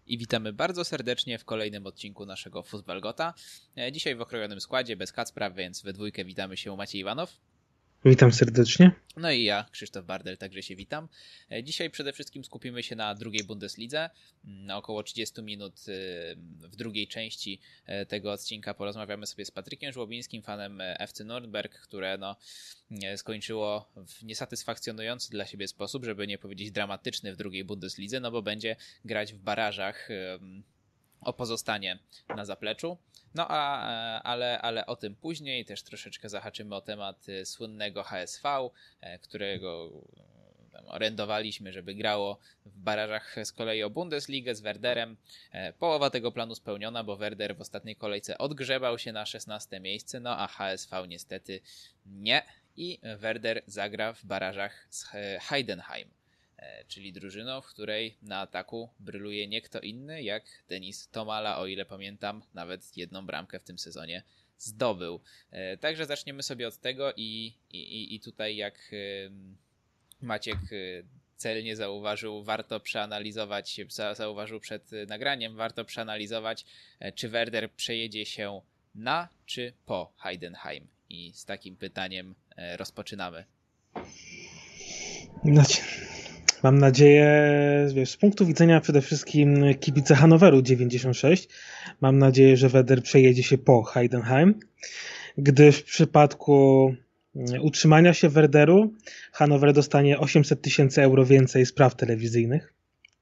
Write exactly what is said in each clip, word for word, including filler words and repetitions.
I witamy bardzo serdecznie w kolejnym odcinku naszego Fußballgota. Dzisiaj w okrojonym składzie, bez Kacpra, więc we dwójkę witamy się Maciej Iwanow. Witam serdecznie. No i ja, Krzysztof Bardel, także się witam. Dzisiaj przede wszystkim skupimy się na drugiej Bundeslidze. Na około trzydzieści minut w drugiej części tego odcinka porozmawiamy sobie z Patrykiem Żłobińskim, fanem F C Nürnberg, które no, skończyło w niesatysfakcjonujący dla siebie sposób, żeby nie powiedzieć dramatyczny w drugiej Bundeslidze, no bo będzie grać w barażach o pozostanie na zapleczu. No a, ale, ale o tym później, też troszeczkę zahaczymy o temat słynnego H S V, którego orędowaliśmy, żeby grało w barażach z kolei o Bundesligę z Werderem. Połowa tego planu spełniona, bo Werder w ostatniej kolejce odgrzebał się na szesnaste miejsce, no a H S V niestety nie. I Werder zagra w barażach z Heidenheim, czyli drużyną, w której na ataku bryluje nie kto inny jak Denis Tomala, o ile pamiętam, nawet jedną bramkę w tym sezonie zdobył. Także zaczniemy sobie od tego i, i, i tutaj jak Maciek celnie zauważył, warto przeanalizować, zauważył przed nagraniem, warto przeanalizować, czy Werder przejedzie się na czy po Heidenheim. I z takim pytaniem rozpoczynamy. Znaczy, mam nadzieję, wiesz, z punktu widzenia przede wszystkim kibica Hanoweru dziewięćdziesiąt sześć, mam nadzieję, że Werder przejedzie się po Heidenheim, gdyż w przypadku utrzymania się Werderu Hanower dostanie osiemset tysięcy euro więcej z praw telewizyjnych,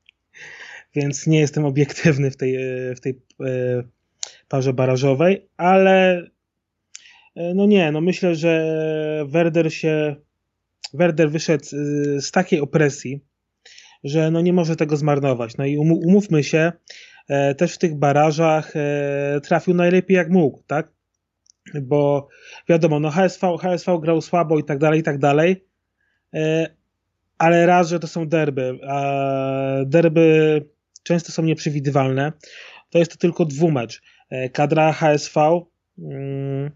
więc nie jestem obiektywny w tej, w tej parze barażowej, ale no nie, no myślę, że Werder się Werder wyszedł z takiej opresji, że no nie może tego zmarnować. No i umówmy się, e, też w tych barażach e, trafił najlepiej jak mógł, tak? Bo wiadomo, no H S V, H S V grał słabo i tak dalej, i tak dalej, e, ale raz, że to są derby, a derby często są nieprzewidywalne, to jest to tylko dwumecz. E, kadra H S V mm,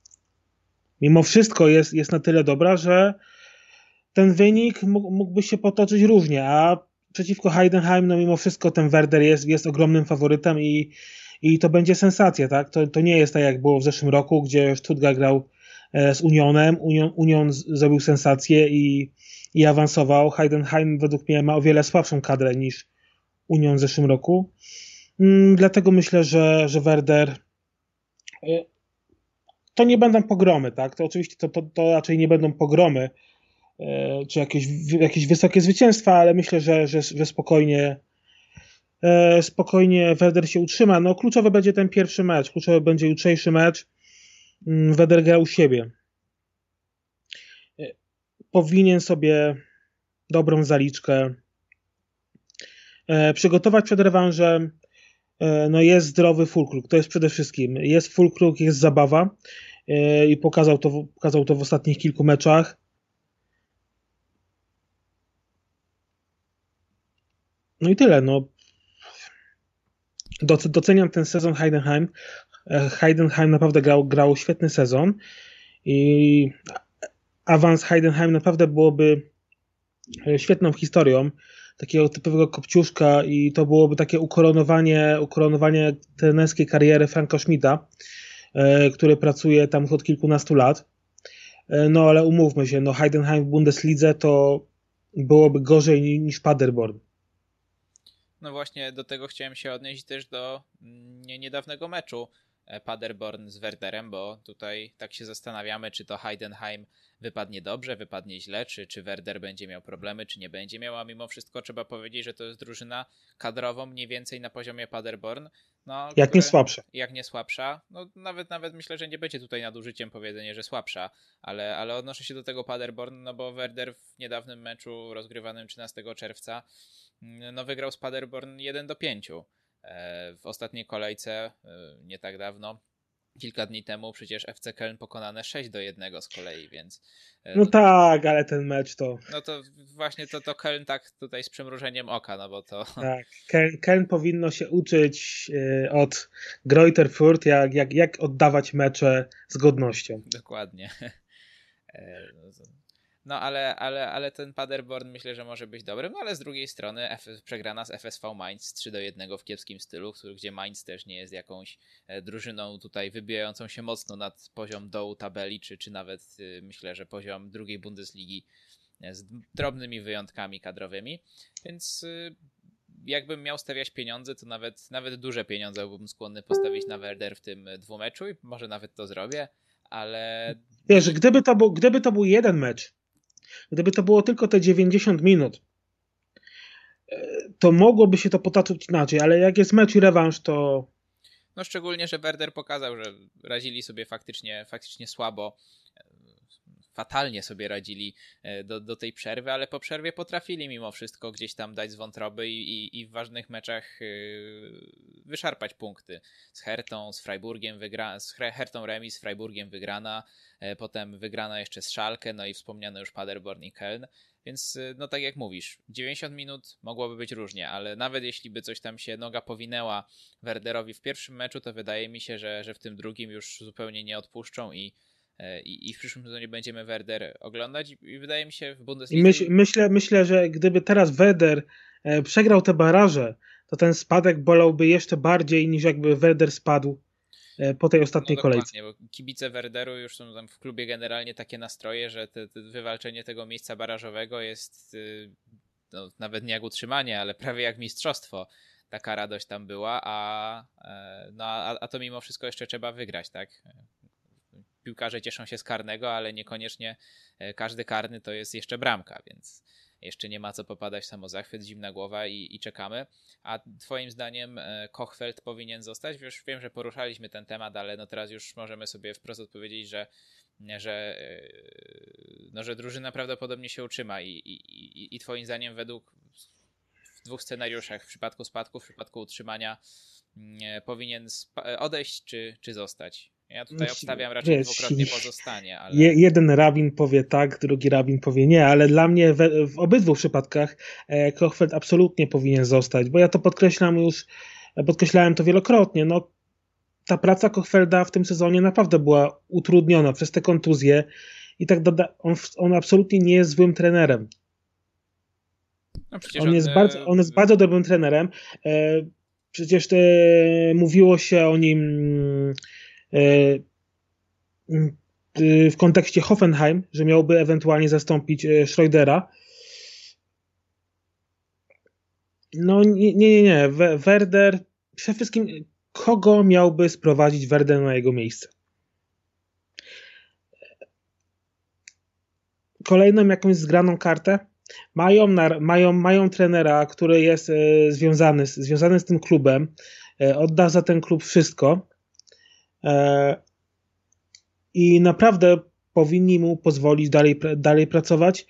mimo wszystko jest, jest na tyle dobra, że ten wynik mógłby się potoczyć różnie, a przeciwko Heidenheim, no mimo wszystko ten Werder jest, jest ogromnym faworytem i, i to będzie sensacja, tak? To, to nie jest tak jak było w zeszłym roku, gdzie Stuttgart grał z Unionem, Union, Union zrobił sensację i, i awansował. Heidenheim według mnie ma o wiele słabszą kadrę niż Union w zeszłym roku. Hmm, dlatego myślę, że, że Werder to nie będą pogromy, tak? To oczywiście to, to, to raczej nie będą pogromy, czy jakieś, jakieś wysokie zwycięstwa, ale myślę, że, że, że spokojnie spokojnie Werder się utrzyma. No kluczowy będzie ten pierwszy mecz, kluczowy będzie jutrzejszy mecz. Werder gra u siebie. Powinien sobie dobrą zaliczkę przygotować przed rewanżem. No jest zdrowy Füllkrug, to jest przede wszystkim. Jest Füllkrug, jest zabawa i pokazał to, pokazał to w ostatnich kilku meczach. No i tyle, no. Doceniam ten sezon Heidenheim. Heidenheim naprawdę grał, grał świetny sezon i awans Heidenheim naprawdę byłoby świetną historią takiego typowego kopciuszka i to byłoby takie ukoronowanie, ukoronowanie trenerskiej kariery Franka Schmidta, który pracuje tam już od kilkunastu lat. No ale umówmy się, no Heidenheim w Bundeslidze to byłoby gorzej niż Paderborn. No właśnie do tego chciałem się odnieść też do niedawnego meczu Paderborn z Werderem, bo tutaj tak się zastanawiamy, czy to Heidenheim wypadnie dobrze, wypadnie źle, czy, czy Werder będzie miał problemy, czy nie będzie miał, a mimo wszystko trzeba powiedzieć, że to jest drużyna kadrowo mniej więcej na poziomie Paderborn. No, jak które, nie słabsza. Jak nie słabsza. No nawet nawet myślę, że nie będzie tutaj nadużyciem powiedzenie, że słabsza, ale, ale odnoszę się do tego Paderborn, no bo Werder w niedawnym meczu rozgrywanym trzynastego czerwca no wygrał z Paderborn jeden do pięciu. W ostatniej kolejce nie tak dawno, kilka dni temu przecież F C Köln pokonane sześć do jednego z kolei, więc... No tak, ale ten mecz to... No to właśnie to, to Köln tak tutaj z przymrużeniem oka, no bo to... Tak, Köln, Köln powinno się uczyć od Greuther Fürth, jak, jak, jak oddawać mecze z godnością. Dokładnie. No ale, ale, ale ten Paderborn myślę, że może być dobrym, no ale z drugiej strony F- przegrana z F S V Mainz trzy do jednego w kiepskim stylu, który, gdzie Mainz też nie jest jakąś e, drużyną tutaj wybijającą się mocno nad poziom dołu tabeli, czy, czy nawet y, myślę, że poziom drugiej Bundesligi e, z drobnymi wyjątkami kadrowymi, więc y, jakbym miał stawiać pieniądze, to nawet, nawet duże pieniądze byłbym skłonny postawić na Werder w tym dwumeczu i może nawet to zrobię, ale... Wiesz, gdyby to był, gdyby to był jeden mecz, gdyby to było tylko te dziewięćdziesiąt minut, to mogłoby się to potoczyć inaczej, ale jak jest mecz i rewanż, to... No szczególnie, że Werder pokazał, że radzili sobie faktycznie, faktycznie słabo, fatalnie sobie radzili do, do tej przerwy, ale po przerwie potrafili mimo wszystko gdzieś tam dać z wątroby i, i, i w ważnych meczach wyszarpać punkty. Z Hertą, z Freiburgiem wygra, z Hertą remis, z Freiburgiem wygrana, potem wygrana jeszcze z Schalke, no i wspomniane już Paderborn i Köln. Więc no tak jak mówisz, dziewięćdziesiąt minut mogłoby być różnie, ale nawet jeśli by coś tam się noga powinęła Werderowi w pierwszym meczu, to wydaje mi się, że, że w tym drugim już zupełnie nie odpuszczą i, i, i w przyszłym sezonie będziemy Werder oglądać i wydaje mi się w Bundeslidze... Myśl, myślę, myślę, że gdyby teraz Werder przegrał te baraże, to ten spadek bolałby jeszcze bardziej niż jakby Werder spadł po tej ostatniej no kolejce. Bo kibice Werderu już są tam w klubie generalnie takie nastroje, że te, te wywalczenie tego miejsca barażowego jest no, nawet nie jak utrzymanie, ale prawie jak mistrzostwo. Taka radość tam była, a, no, a, a to mimo wszystko jeszcze trzeba wygrać, tak? Piłkarze cieszą się z karnego, ale niekoniecznie każdy karny to jest jeszcze bramka, więc jeszcze nie ma co popadać w samozachwyt, zimna głowa i, i czekamy. A twoim zdaniem Kohfeldt powinien zostać? Już wiem, że poruszaliśmy ten temat, ale no teraz już możemy sobie wprost odpowiedzieć, że, że, no, że drużyna prawdopodobnie się utrzyma i, i, i, i twoim zdaniem według w dwóch scenariuszach, w przypadku spadku, w przypadku utrzymania powinien odejść czy, czy zostać? Ja tutaj obstawiam raczej Wiesz, dwukrotnie pozostanie. Ale... Jeden rabin powie tak, drugi rabin powie nie, ale dla mnie we, w obydwu przypadkach e, Kohfeldt absolutnie powinien zostać, bo ja to podkreślam już, podkreślałem to wielokrotnie. No, ta praca Kohfelda w tym sezonie naprawdę była utrudniona przez te kontuzje i tak doda- on, on absolutnie nie jest złym trenerem. No on, on, jest bardzo, on jest bardzo dobrym trenerem. E, przecież te, mówiło się o nim w kontekście Hoffenheim, że miałby ewentualnie zastąpić Schroedera. No nie, nie, nie. Werder, przede wszystkim kogo miałby sprowadzić Werder na jego miejsce? Kolejną jakąś zgraną kartę? Mają, mają, mają trenera, który jest e, związany, związany z tym klubem, e, odda za ten klub wszystko e, i naprawdę powinni mu pozwolić dalej, dalej pracować.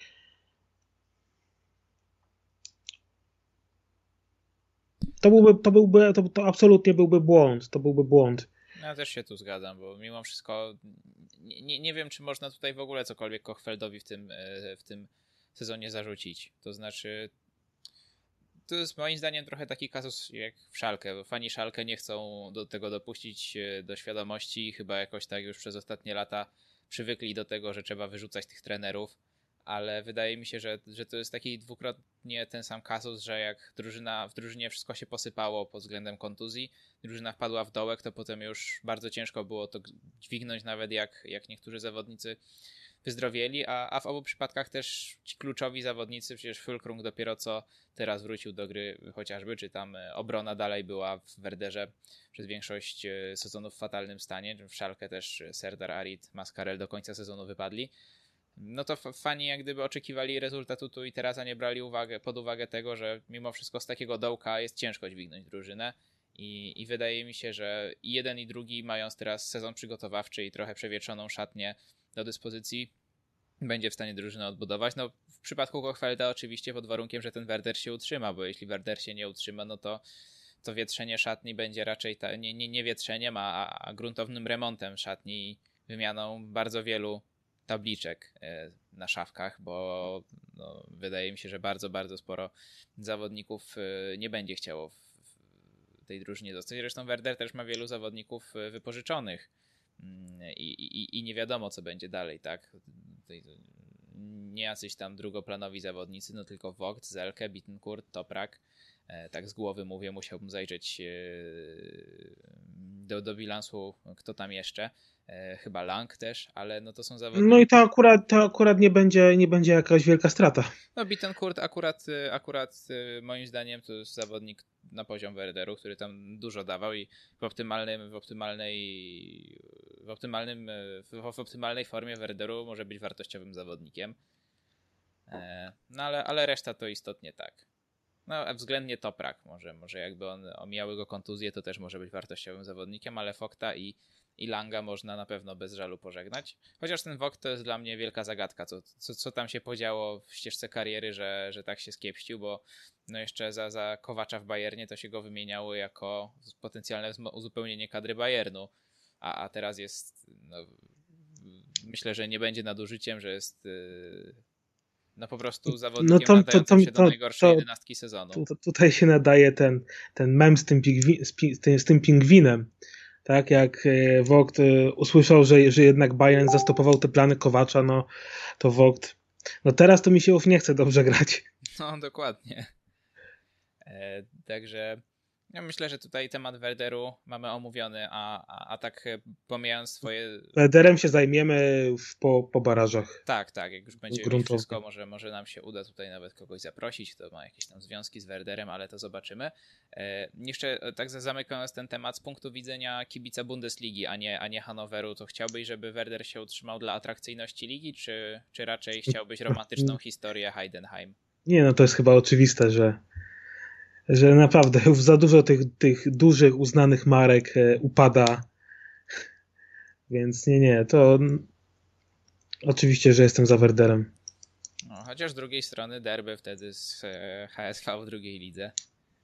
To byłby, to byłby, to, to absolutnie byłby błąd, to byłby błąd. Ja też się tu zgadzam, bo mimo wszystko nie, nie, nie wiem, czy można tutaj w ogóle cokolwiek Kohfeldowi w tym, w tym sezonie zarzucić. To znaczy, to jest moim zdaniem trochę taki kazus jak w Schalke, bo fani Schalke nie chcą do tego dopuścić do świadomości i chyba jakoś tak już przez ostatnie lata przywykli do tego, że trzeba wyrzucać tych trenerów, ale wydaje mi się, że, że to jest taki dwukrotnie ten sam kazus, że jak drużyna, w drużynie wszystko się posypało pod względem kontuzji, drużyna wpadła w dołek, to potem już bardzo ciężko było to dźwignąć, nawet jak, jak niektórzy zawodnicy wyzdrowieli, a, a w obu przypadkach też ci kluczowi zawodnicy, przecież Füllkrug dopiero co teraz wrócił do gry chociażby, czy tam obrona dalej była w Werderze przez większość sezonu w fatalnym stanie, w Schalke też Serdar Arid, Mascarel do końca sezonu wypadli. No to fani jak gdyby oczekiwali rezultatu tu i teraz, a nie brali uwagę, pod uwagę tego, że mimo wszystko z takiego dołka jest ciężko dźwignąć drużynę i, i wydaje mi się, że i jeden i drugi mając teraz sezon przygotowawczy i trochę przewietrzoną szatnię do dyspozycji, będzie w stanie drużynę odbudować. No w przypadku Kohfelda oczywiście pod warunkiem, że ten Werder się utrzyma, bo jeśli Werder się nie utrzyma, no to to wietrzenie szatni będzie raczej ta, nie, nie, nie wietrzeniem, a, a gruntownym remontem szatni i wymianą bardzo wielu tabliczek na szafkach, bo no, wydaje mi się, że bardzo, bardzo sporo zawodników nie będzie chciało w tej drużynie zostać. Zresztą Werder też ma wielu zawodników wypożyczonych i, i, i nie wiadomo, co będzie dalej, tak? nie jacyś tam drugoplanowi zawodnicy, no tylko Vogt, Zelke, Bittencourt, Toprak. Tak z głowy mówię, musiałbym zajrzeć do, do bilansu, kto tam jeszcze. Chyba Lang też, ale no to są zawodniki. No i to akurat, to akurat nie będzie, nie będzie jakaś wielka strata. No Bittencourt akurat, akurat moim zdaniem to jest zawodnik na poziom Werderu, który tam dużo dawał i w optymalnym, w optymalnej w optymalnym, w optymalnej formie Werderu może być wartościowym zawodnikiem. No ale, ale reszta to istotnie tak. No względnie Toprak może, może jakby on omijały go kontuzje, to też może być wartościowym zawodnikiem, ale Vogta i I Langa można na pewno bez żalu pożegnać. Chociaż ten Vogt to jest dla mnie wielka zagadka, co, co, co tam się podziało w ścieżce kariery, że, że tak się skiepścił, bo no jeszcze za, za Kowacza w Bayernie to się go wymieniało jako potencjalne uzupełnienie kadry Bayernu, a, a teraz jest, no, myślę, że nie będzie nadużyciem, że jest no po prostu zawodnikiem no to, nadającym to, to, się do najgorszej to, jedenastki sezonu. To, to, tutaj się nadaje ten, ten mem z tym, pingwi, z, pi, z tym pingwinem. Tak, jak Vogt usłyszał, że, że jednak Bayern zastopował te plany Kowacza, no to Vogt, no teraz to mi się już nie chce dobrze grać. No dokładnie. E, także ja myślę, że tutaj temat Werderu mamy omówiony, a, a, a tak pomijając swoje... Werderem się zajmiemy w, po, po barażach. Tak, tak, jak już będzie już wszystko, może, może nam się uda tutaj nawet kogoś zaprosić, kto ma jakieś tam związki z Werderem, ale to zobaczymy. E, jeszcze tak zamykając ten temat z punktu widzenia kibica Bundesligi, a nie, a nie Hannoweru, to chciałbyś, żeby Werder się utrzymał dla atrakcyjności ligi, czy, czy raczej chciałbyś romantyczną historię Heidenheim? Nie, no to jest chyba oczywiste, że że naprawdę już za dużo tych, tych dużych, uznanych marek e, upada. Więc nie, nie, to oczywiście, że jestem za Werderem. No, chociaż z drugiej strony derby wtedy z e, H S V w drugiej lidze.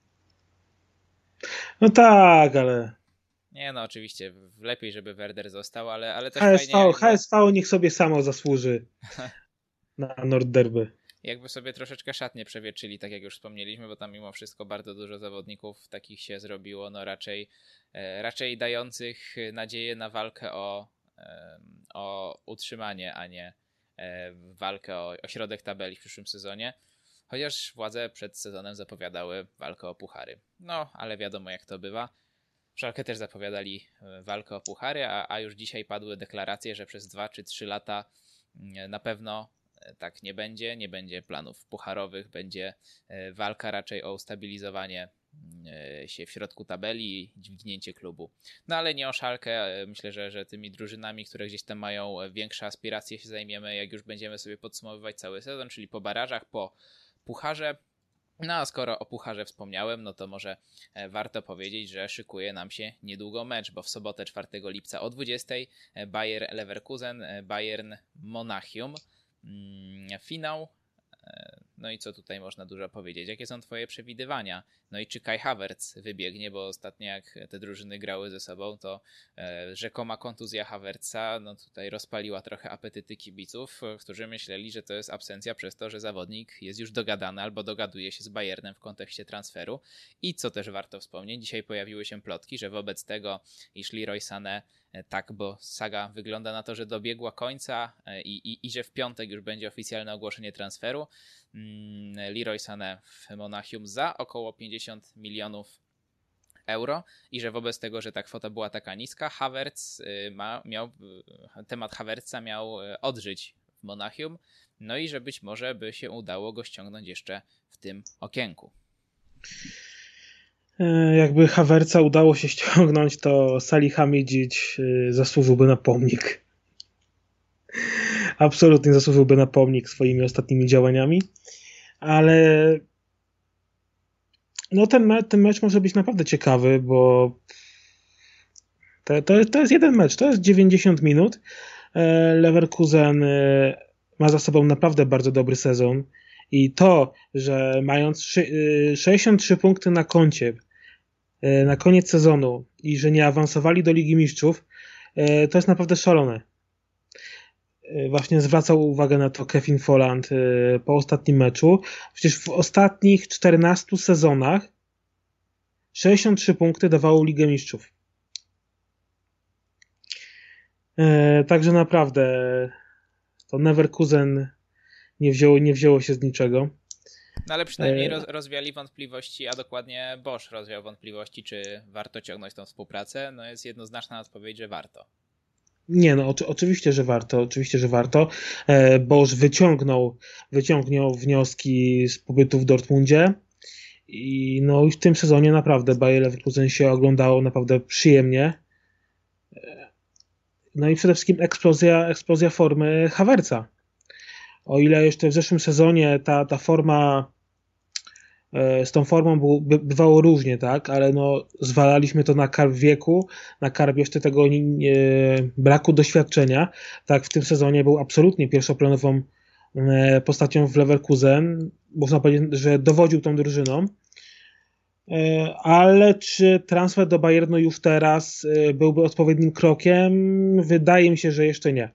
No tak, ale... Nie no, oczywiście, lepiej, żeby Werder został, ale, ale też H S V, fajnie... H S V niech sobie samo zasłuży na Nordderby. Jakby sobie troszeczkę szatnie przewietrzyli, tak jak już wspomnieliśmy, bo tam mimo wszystko bardzo dużo zawodników takich się zrobiło, no raczej, e, raczej dających nadzieję na walkę o, e, o utrzymanie, a nie e, walkę o, o środek tabeli w przyszłym sezonie. Chociaż władze przed sezonem zapowiadały walkę o puchary. No, ale wiadomo jak to bywa. Schalke też zapowiadali walkę o puchary, a, a już dzisiaj padły deklaracje, że przez dwa czy trzy lata na pewno tak nie będzie, nie będzie planów pucharowych, będzie walka raczej o ustabilizowanie się w środku tabeli i dźwignięcie klubu. No ale nie o Schalke, myślę, że, że tymi drużynami, które gdzieś tam mają większe aspiracje się zajmiemy, jak już będziemy sobie podsumowywać cały sezon, czyli po barażach, po pucharze. No a skoro o pucharze wspomniałem, no to może warto powiedzieć, że szykuje nam się niedługo mecz, bo w sobotę czwartego lipca o dwudziestej Bayer Leverkusen, Bayern Monachium. Finał. No i co tutaj można dużo powiedzieć? Jakie są twoje przewidywania? No i czy Kai Havertz wybiegnie, bo ostatnio jak te drużyny grały ze sobą, to e, rzekoma kontuzja Havertza no tutaj rozpaliła trochę apetyty kibiców, którzy myśleli, że to jest absencja przez to, że zawodnik jest już dogadany albo dogaduje się z Bayernem w kontekście transferu. I co też warto wspomnieć, dzisiaj pojawiły się plotki, że wobec tego, iż Leroy Sané tak, bo saga wygląda na to, że dobiegła końca i, i, i że w piątek już będzie oficjalne ogłoszenie transferu. Leroy Sané w Monachium za około pięćdziesiąt milionów euro i że wobec tego, że ta kwota była taka niska, Havertz ma, miał, temat Havertza miał odżyć w Monachium, no i że być może by się udało go ściągnąć jeszcze w tym okienku. Jakby Havertza udało się ściągnąć, to Salihamidzic zasłużyłby na pomnik. Absolutnie zasłużyłby na pomnik swoimi ostatnimi działaniami. Ale no ten, me- ten mecz może być naprawdę ciekawy, bo to, to, to jest jeden mecz, to jest dziewięćdziesiąt minut. Leverkusen ma za sobą naprawdę bardzo dobry sezon i to, że mając sześćdziesiąt trzy punkty na koncie na koniec sezonu i że nie awansowali do Ligi Mistrzów, to jest naprawdę szalone. Właśnie zwracał uwagę na to Kevin Folland po ostatnim meczu. Przecież w ostatnich czternastu sezonach sześćdziesiąt trzy punkty dawało Ligę Mistrzów. Także naprawdę to Leverkusen nie wzięło, nie wzięło się z niczego. No ale przynajmniej roz, rozwiali wątpliwości, a dokładnie Bosch rozwiał wątpliwości, czy warto ciągnąć tą współpracę. No jest jednoznaczna odpowiedź, że warto. Nie, no oczy, oczywiście, że warto, oczywiście, że warto. E, Bosch wyciągnął, wyciągnął wnioski z pobytu w Dortmundzie i no i w tym sezonie naprawdę Bayer Leverkusen się oglądało naprawdę przyjemnie. No i przede wszystkim eksplozja, eksplozja formy Havertza. O ile jeszcze w zeszłym sezonie ta, ta forma z tą formą był, by, bywało różnie, tak, ale no zwalaliśmy to na karb wieku, na karb jeszcze tego nie, nie, braku doświadczenia. Tak, w tym sezonie był absolutnie pierwszoplanową e, postacią w Leverkusen. Można powiedzieć, że dowodził tą drużyną. E, ale czy transfer do Bayernu już teraz e, byłby odpowiednim krokiem? Wydaje mi się, że jeszcze nie.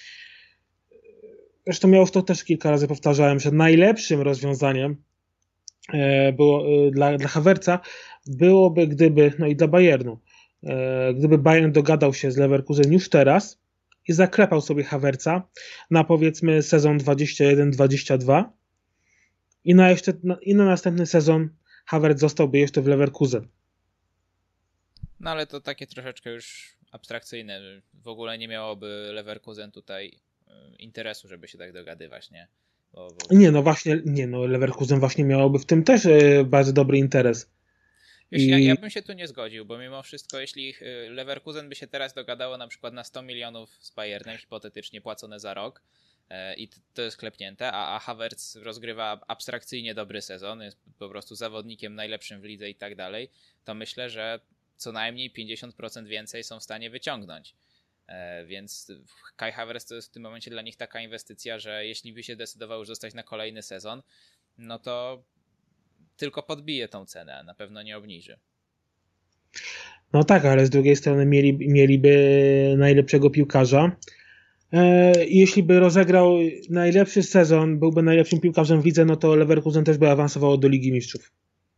Zresztą miało to też kilka razy powtarzałem, że najlepszym rozwiązaniem było dla, dla Havertza byłoby, gdyby, no i dla Bayernu, gdyby Bayern dogadał się z Leverkusen już teraz i zaklepał sobie Havertza na powiedzmy sezon dwadzieścia jeden dwadzieścia dwa i na, jeszcze, i na następny sezon Havertz zostałby jeszcze w Leverkusen. No ale to takie troszeczkę już abstrakcyjne. W ogóle nie miałoby Leverkusen tutaj interesu, żeby się tak dogadywać, nie? Bo, bo... Nie, no właśnie, nie, no Leverkusen właśnie miałoby w tym też e, bardzo dobry interes. Wiesz, I... ja, ja bym się tu nie zgodził, bo mimo wszystko, jeśli Leverkusen by się teraz dogadało na przykład na sto milionów z Bayernem, hipotetycznie płacone za rok, e, i to jest klepnięte, a, a Havertz rozgrywa abstrakcyjnie dobry sezon, jest po prostu zawodnikiem najlepszym w lidze i tak dalej, to myślę, że co najmniej pięćdziesiąt procent więcej są w stanie wyciągnąć. Więc Kai Havertz to jest w tym momencie dla nich taka inwestycja, że jeśli by się decydował już zostać na kolejny sezon, no to tylko podbije tą cenę, a na pewno nie obniży. No tak, ale z drugiej strony mieli, mieliby najlepszego piłkarza. I jeśli by rozegrał najlepszy sezon, byłby najlepszym piłkarzem w lidze, no to Leverkusen też by awansowało do Ligi Mistrzów.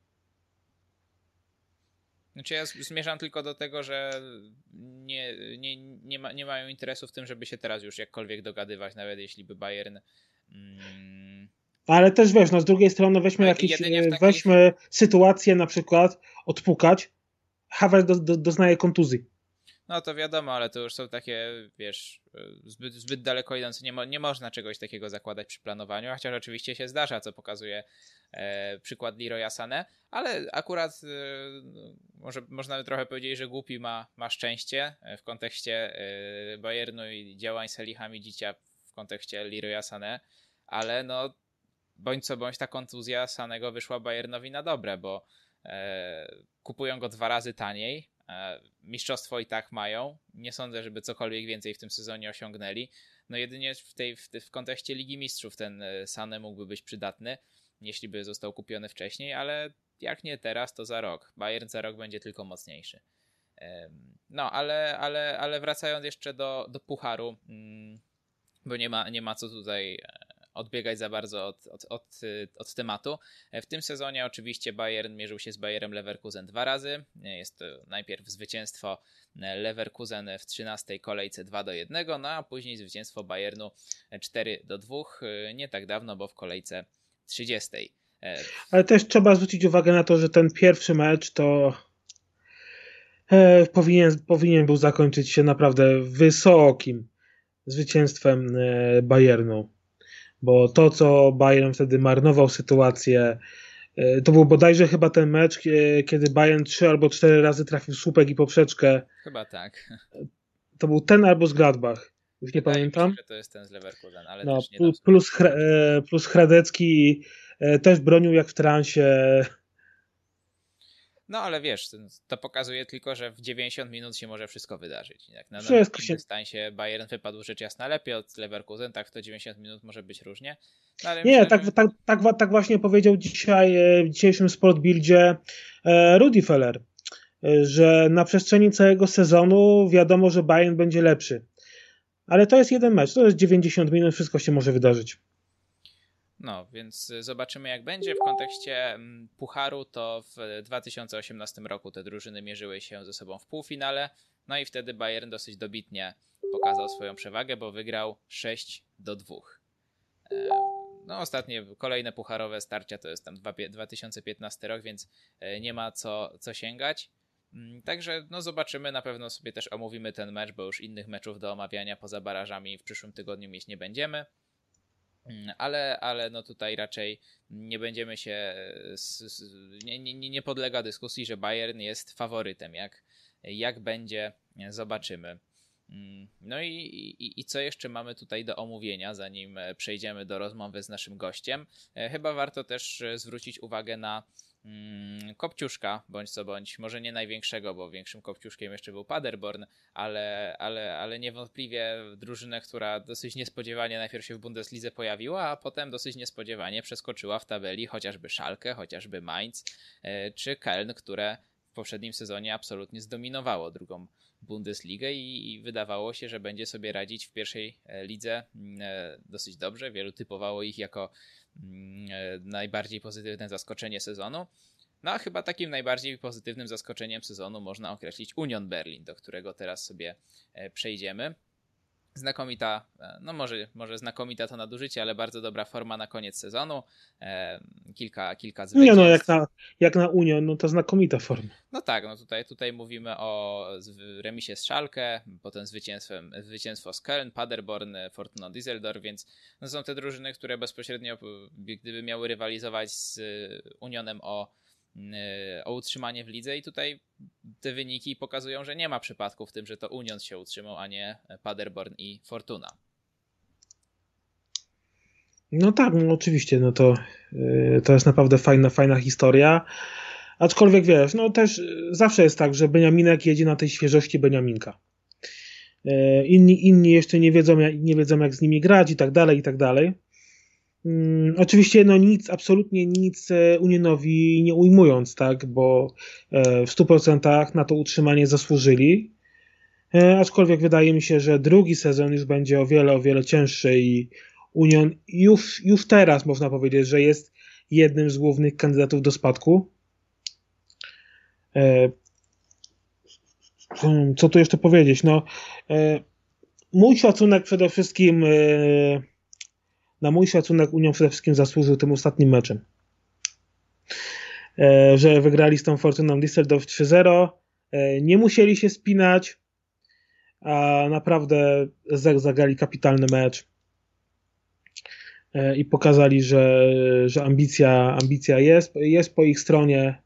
Znaczy ja zmierzam tylko do tego, że nie, nie, nie, ma, nie mają interesu w tym, żeby się teraz już jakkolwiek dogadywać, nawet jeśli by Bayern... Mm... Ale też wiesz, no z drugiej strony weźmy Ale jakieś, takich... weźmy sytuację na przykład odpukać, Havertz do, do, doznaje kontuzji. No to wiadomo, ale to już są takie, wiesz, zbyt, zbyt daleko idące. Nie, mo, nie można czegoś takiego zakładać przy planowaniu, chociaż oczywiście się zdarza, co pokazuje e, przykład Leroya Sané, ale akurat e, może można trochę powiedzieć, że głupi ma, ma szczęście w kontekście e, Bayernu i działań Salihamidzicia w kontekście Leroya Sané, ale no bądź co bądź ta kontuzja Sanego wyszła Bayernowi na dobre, bo e, kupują go dwa razy taniej, mistrzostwo i tak mają. Nie sądzę, żeby cokolwiek więcej w tym sezonie osiągnęli. No jedynie w, tej, w, w kontekście Ligi Mistrzów ten Sané mógłby być przydatny, jeśli by został kupiony wcześniej, ale jak nie teraz, to za rok. Bayern za rok będzie tylko mocniejszy. No, ale, ale, ale wracając jeszcze do, do Pucharu, bo nie ma, nie ma co tutaj odbiegać za bardzo od, od, od, od tematu. W tym sezonie oczywiście Bayern mierzył się z Bayerem Leverkusen dwa razy. Jest to najpierw zwycięstwo Leverkusen w trzynastej kolejce dwa do jednego, no a później zwycięstwo Bayernu cztery do dwóch. Nie tak dawno, bo w kolejce trzydziestej. Ale też trzeba zwrócić uwagę na to, że ten pierwszy mecz to e, powinien, powinien był zakończyć się naprawdę wysokim zwycięstwem e, Bayernu. Bo to, co Bayern wtedy marnował sytuację, to był bodajże chyba ten mecz, kiedy Bayern trzy albo cztery razy trafił słupek i poprzeczkę. Chyba tak. To był ten albo z Gladbach. Już nie Wydaje pamiętam. Mi się, że to jest ten z Leverkusen, ale no, też nie plus, plus, plus Hradecki też bronił jak w transie. No ale wiesz, to pokazuje tylko, że w dziewięćdziesiąt minut się może wszystko wydarzyć. Jak na Wszystko się... dystansie Bayern wypadł rzecz jasna lepiej od Leverkusen, tak to dziewięćdziesiąt minut może być różnie. No, ale nie, myślę, tak, że... tak, tak, tak właśnie powiedział dzisiaj w dzisiejszym Sportbildzie Rudi Feller, że na przestrzeni całego sezonu wiadomo, że Bayern będzie lepszy. Ale to jest jeden mecz, to jest dziewięćdziesiąt minut, wszystko się może wydarzyć. No, więc zobaczymy jak będzie. W kontekście Pucharu to w dwa tysiące osiemnastym roku te drużyny mierzyły się ze sobą w półfinale, no i wtedy Bayern dosyć dobitnie pokazał swoją przewagę, bo wygrał sześć do dwóch. no ostatnie, kolejne pucharowe starcia to jest tam dwa tysiące piętnasty rok, więc nie ma co, co sięgać. Także no zobaczymy, na pewno sobie też omówimy ten mecz, bo już innych meczów do omawiania poza barażami w przyszłym tygodniu mieć nie będziemy. Ale, ale no tutaj raczej nie będziemy się, nie, nie, nie podlega dyskusji, że Bayern jest faworytem. Jak, jak będzie, zobaczymy. No i, i, i co jeszcze mamy tutaj do omówienia, zanim przejdziemy do rozmowy z naszym gościem? Chyba warto też zwrócić uwagę na Kopciuszka, bądź co bądź, może nie największego, bo większym Kopciuszkiem jeszcze był Paderborn, ale, ale, ale niewątpliwie drużynę, która dosyć niespodziewanie najpierw się w Bundeslidze pojawiła, a potem dosyć niespodziewanie przeskoczyła w tabeli chociażby Schalke, chociażby Mainz czy Köln, które w poprzednim sezonie absolutnie zdominowało drugą Bundesligę i, i wydawało się, że będzie sobie radzić w pierwszej lidze dosyć dobrze. Wielu typowało ich jako najbardziej pozytywne zaskoczenie sezonu. No a chyba takim najbardziej pozytywnym zaskoczeniem sezonu można określić Union Berlin, do którego teraz sobie przejdziemy. Znakomita, no może, może znakomita to nadużycie, ale bardzo dobra forma na koniec sezonu. E, kilka, kilka zwycięstw. Nie no, jak na, jak na Union, no to znakomita forma. No tak, no tutaj, tutaj mówimy o remisie z Schalke, potem zwycięstwem, zwycięstwo z Köln, Paderborn, Fortuna Düsseldorf, więc no są te drużyny, które bezpośrednio gdyby miały rywalizować z Unionem o o utrzymanie w lidze i tutaj te wyniki pokazują, że nie ma przypadku w tym, że to Union się utrzymał, a nie Paderborn i Fortuna. No tak, no oczywiście, no to, to jest naprawdę fajna, fajna historia. Aczkolwiek wiesz, no też zawsze jest tak, że Beniaminek jedzie na tej świeżości Beniaminka. Inni, inni jeszcze nie wiedzą, jak, nie wiedzą, jak z nimi grać i tak dalej, i tak dalej. Hmm, oczywiście no nic, absolutnie nic Unionowi nie ujmując, tak, bo w stu procentach na to utrzymanie zasłużyli, aczkolwiek wydaje mi się, że drugi sezon już będzie o wiele, o wiele cięższy i Union już, już teraz można powiedzieć, że jest jednym z głównych kandydatów do spadku. Co tu jeszcze powiedzieć? No, mój szacunek przede wszystkim Na mój szacunek Union przede wszystkim zasłużył tym ostatnim meczem. E, że wygrali z tą Fortuną Düsseldorf trzy zero. E, nie musieli się spinać, a naprawdę zagrali kapitalny mecz. E, I pokazali, że, że ambicja, ambicja jest, jest po ich stronie.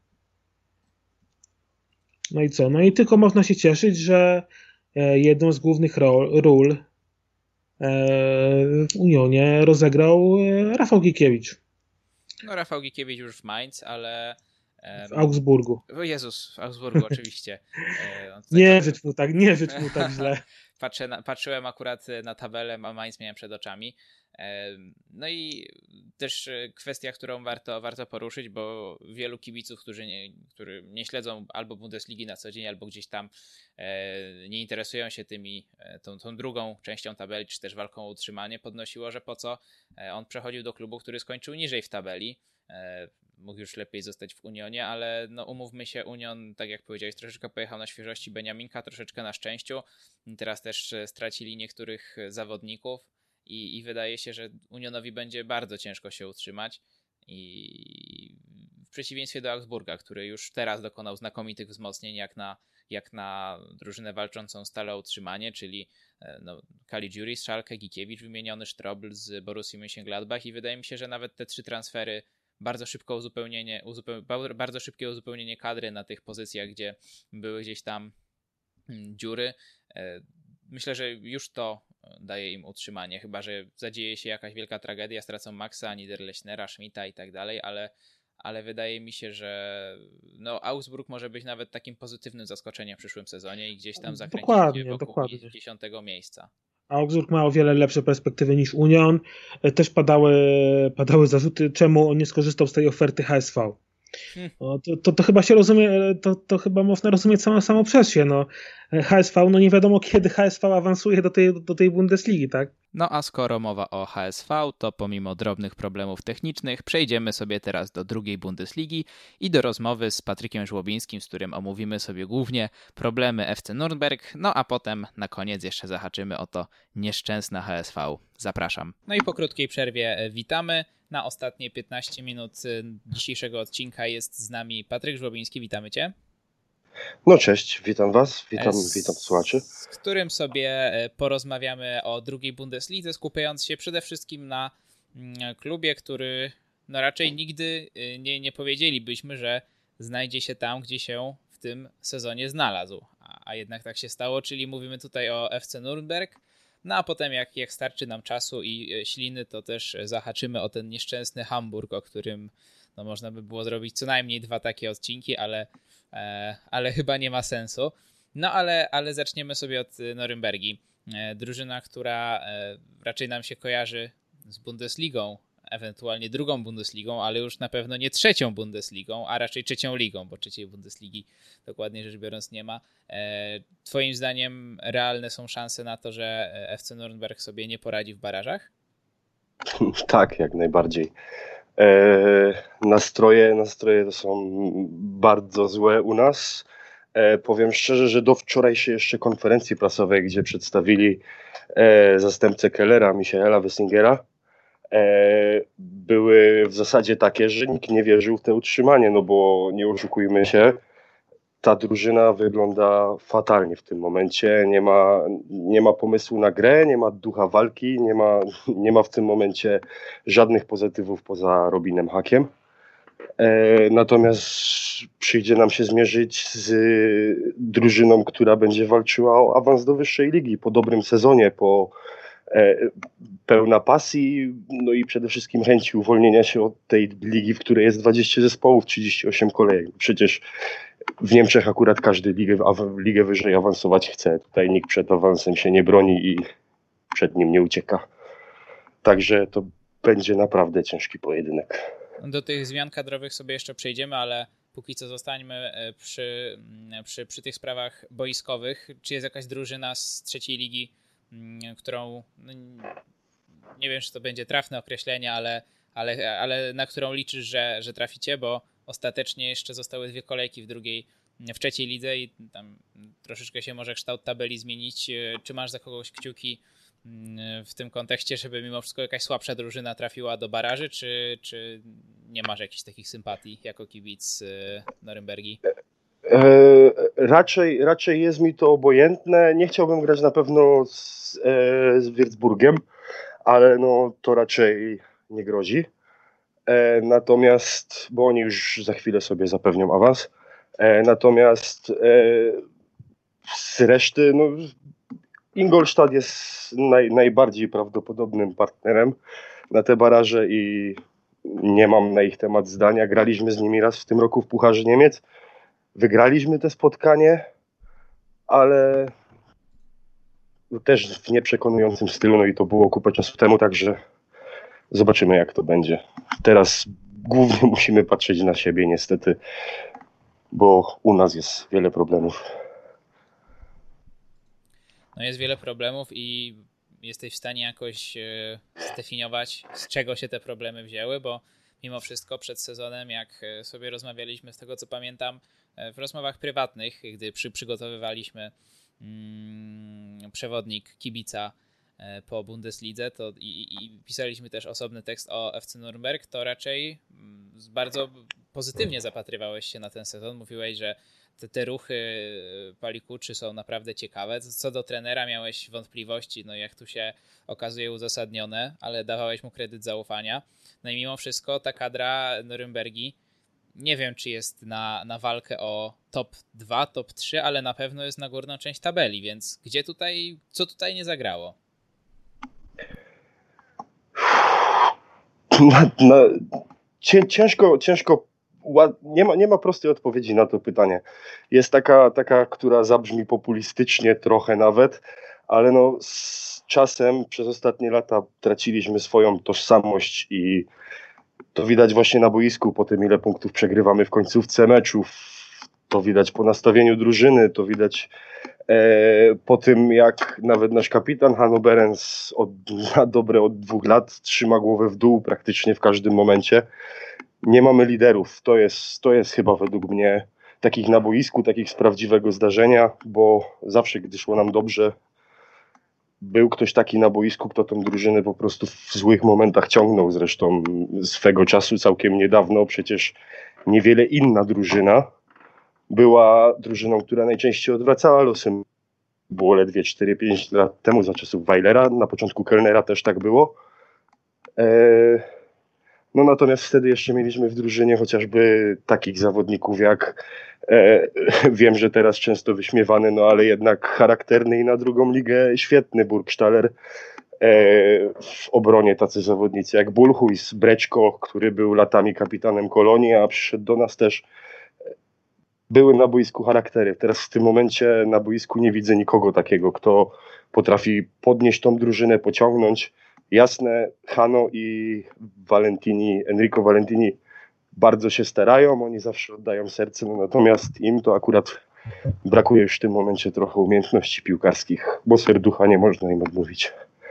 No i co? No i tylko można się cieszyć, że jedną z głównych ról, ról w Unionie rozegrał Rafał Gikiewicz. No Rafał Gikiewicz już w Mainz, ale... W Augsburgu. O Jezus, w Augsburgu oczywiście. Nie życz mu tak, nie życz mu tak źle. Patrzę na, patrzyłem akurat na tabelę, a Mainz miałem przed oczami. No i też kwestia, którą warto, warto poruszyć, bo wielu kibiców, którzy nie, którzy nie śledzą albo Bundesligi na co dzień, albo gdzieś tam nie interesują się tymi, tą, tą drugą częścią tabeli, czy też walką o utrzymanie, podnosiło, że po co on przechodził do klubu, który skończył niżej w tabeli. Mógł już lepiej zostać w Unionie, ale no umówmy się, Union, tak jak powiedziałeś, troszeczkę pojechał na świeżości Beniaminka, troszeczkę na szczęściu. Teraz też stracili niektórych zawodników i, i wydaje się, że Unionowi będzie bardzo ciężko się utrzymać. I w przeciwieństwie do Augsburga, który już teraz dokonał znakomitych wzmocnień jak na, jak na drużynę walczącą stale o utrzymanie, czyli no, Caligiuri z Schalke, Gikiewicz wymieniony, Strobl z Borussii Mönchengladbach i wydaje mi się, że nawet te trzy transfery bardzo szybko uzupełnienie, uzupeł, bardzo szybkie uzupełnienie kadry na tych pozycjach, gdzie były gdzieś tam dziury. Myślę, że już to daje im utrzymanie, chyba że zadzieje się jakaś wielka tragedia, stracą Maxa, Niederlechnera, Schmidta i tak dalej, ale, ale wydaje mi się, że no, Augsburg może być nawet takim pozytywnym zaskoczeniem w przyszłym sezonie i gdzieś tam zakręcić dokładnie, się wokół dokładnie. dziesiątego miejsca. Augsburg ma o wiele lepsze perspektywy niż Union. Też padały, padały zarzuty, czemu on nie skorzystał z tej oferty H S V. No, to, to, to chyba się rozumie, to, to chyba można rozumieć samo, samo przez się. No. H S V, no nie wiadomo kiedy H S V awansuje do tej, do tej Bundesligi, tak? No a skoro mowa o H S V, to pomimo drobnych problemów technicznych przejdziemy sobie teraz do drugiej Bundesligi i do rozmowy z Patrykiem Żłobińskim, z którym omówimy sobie głównie problemy F C Nürnberg, no a potem na koniec jeszcze zahaczymy o to nieszczęsne H S V. Zapraszam. No i po krótkiej przerwie witamy. Na ostatnie piętnaście minut dzisiejszego odcinka jest z nami Patryk Żłobiński. Witamy Cię. No cześć, witam Was, witam, z, witam słuchaczy. Z którym sobie porozmawiamy o drugiej Bundeslidze, skupiając się przede wszystkim na klubie, który no raczej nigdy nie, nie powiedzielibyśmy, że znajdzie się tam, gdzie się w tym sezonie znalazł. A, a jednak tak się stało, czyli mówimy tutaj o F C Nürnberg. No a potem jak, jak starczy nam czasu i śliny, to też zahaczymy o ten nieszczęsny Hamburg, o którym no, można by było zrobić co najmniej dwa takie odcinki, ale, e, ale chyba nie ma sensu. No ale, ale zaczniemy sobie od Norymbergi. E, drużyna, która e, raczej nam się kojarzy z Bundesligą, ewentualnie drugą Bundesligą, ale już na pewno nie trzecią Bundesligą, a raczej trzecią ligą, bo trzeciej Bundesligi dokładnie rzecz biorąc nie ma. E, twoim zdaniem realne są szanse na to, że F C Nürnberg sobie nie poradzi w barażach? Tak, jak najbardziej. E, nastroje, nastroje to są bardzo złe u nas. E, powiem szczerze, że do wczorajszej jeszcze konferencji prasowej, gdzie przedstawili e, zastępcę Kellera, Michaela Wessingera, e, były w zasadzie takie, że nikt nie wierzył w to utrzymanie, no bo nie oszukujmy się, ta drużyna wygląda fatalnie w tym momencie, nie ma, nie ma pomysłu na grę, nie ma ducha walki, nie ma, nie ma w tym momencie żadnych pozytywów poza Robinem Hakiem. E, natomiast przyjdzie nam się zmierzyć z drużyną, która będzie walczyła o awans do wyższej ligi po dobrym sezonie, po e, pełna pasji, no i przede wszystkim chęci uwolnienia się od tej ligi, w której jest dwadzieścia zespołów, trzydzieści osiem kolejek. Przecież w Niemczech akurat każdy ligę, ligę wyżej awansować chce. Tutaj nikt przed awansem się nie broni i przed nim nie ucieka. Także to będzie naprawdę ciężki pojedynek. Do tych zmian kadrowych sobie jeszcze przejdziemy, ale póki co zostańmy przy, przy, przy tych sprawach boiskowych. Czy jest jakaś drużyna z trzeciej ligi, którą, no, nie wiem, czy to będzie trafne określenie, ale, ale, ale na którą liczysz, że, że traficie, bo ostatecznie jeszcze zostały dwie kolejki w drugiej, w trzeciej lidze i tam troszeczkę się może kształt tabeli zmienić. Czy masz za kogoś kciuki w tym kontekście, żeby mimo wszystko jakaś słabsza drużyna trafiła do baraży, czy, czy nie masz jakichś takich sympatii jako kibic Norymbergi? E, raczej, raczej jest mi to obojętne. Nie chciałbym grać na pewno z, e, z Würzburgiem, ale no to raczej nie grozi. E, natomiast, bo oni już za chwilę sobie zapewnią awans. E, natomiast e, z reszty, no Ingolstadt jest naj, najbardziej prawdopodobnym partnerem na te baraże i nie mam na ich temat zdania. Graliśmy z nimi raz w tym roku w Pucharze Niemiec. Wygraliśmy te spotkanie, ale też w nieprzekonującym stylu, no i to było kupę czasu temu, także zobaczymy jak to będzie. Teraz głównie musimy patrzeć na siebie niestety, bo u nas jest wiele problemów. No jest wiele problemów i jesteś w stanie jakoś zdefiniować, z czego się te problemy wzięły, bo mimo wszystko przed sezonem, jak sobie rozmawialiśmy, z tego co pamiętam, w rozmowach prywatnych, gdy przy, przygotowywaliśmy mm, przewodnik kibica po Bundeslidze to i, i pisaliśmy też osobny tekst o F C Nürnberg, to raczej bardzo pozytywnie zapatrywałeś się na ten sezon. Mówiłeś, że te, te ruchy Palikuczy są naprawdę ciekawe. Co do trenera miałeś wątpliwości, no jak tu się okazuje uzasadnione, ale dawałeś mu kredyt zaufania. No i mimo wszystko ta kadra Norymbergi, nie wiem czy jest na, na walkę o top dwa, top trzy, ale na pewno jest na górną część tabeli, więc gdzie tutaj, co tutaj nie zagrało? Na, na, ciężko, ciężko, nie ma, nie ma prostej odpowiedzi na to pytanie. Jest taka, taka, która zabrzmi populistycznie trochę nawet, ale no z czasem przez ostatnie lata traciliśmy swoją tożsamość i to widać właśnie na boisku po tym, ile punktów przegrywamy w końcówce meczów. To widać po nastawieniu drużyny, to widać Po tym jak nawet nasz kapitan Hanno Behrens od, na dobre od dwóch lat trzyma głowę w dół praktycznie w każdym momencie. Nie mamy liderów. To jest, to jest chyba według mnie takich na boisku, takich z prawdziwego zdarzenia, bo zawsze gdy szło nam dobrze, był ktoś taki na boisku, kto tą drużynę po prostu w złych momentach ciągnął. Zresztą swego czasu całkiem niedawno przecież niewiele inna drużyna była drużyną, która najczęściej odwracała losem. Było ledwie cztery pięć lat temu, za czasów Weilera, na początku Kellnera też tak było. Eee, no natomiast wtedy jeszcze mieliśmy w drużynie chociażby takich zawodników jak, e, wiem, że teraz często wyśmiewany, no ale jednak charakterny i na drugą ligę świetny Burgstaller. E, w obronie tacy zawodnicy jak Bulhuis, Breczko, który był latami kapitanem Kolonii, a przyszedł do nas też. Były na boisku charaktery. Teraz w tym momencie na boisku nie widzę nikogo takiego, kto potrafi podnieść tą drużynę, pociągnąć. Jasne, Hanno i Valentini, Enrico Valentini bardzo się starają, oni zawsze oddają serce, no natomiast im to akurat brakuje już w tym momencie trochę umiejętności piłkarskich, bo serducha nie można im odmówić.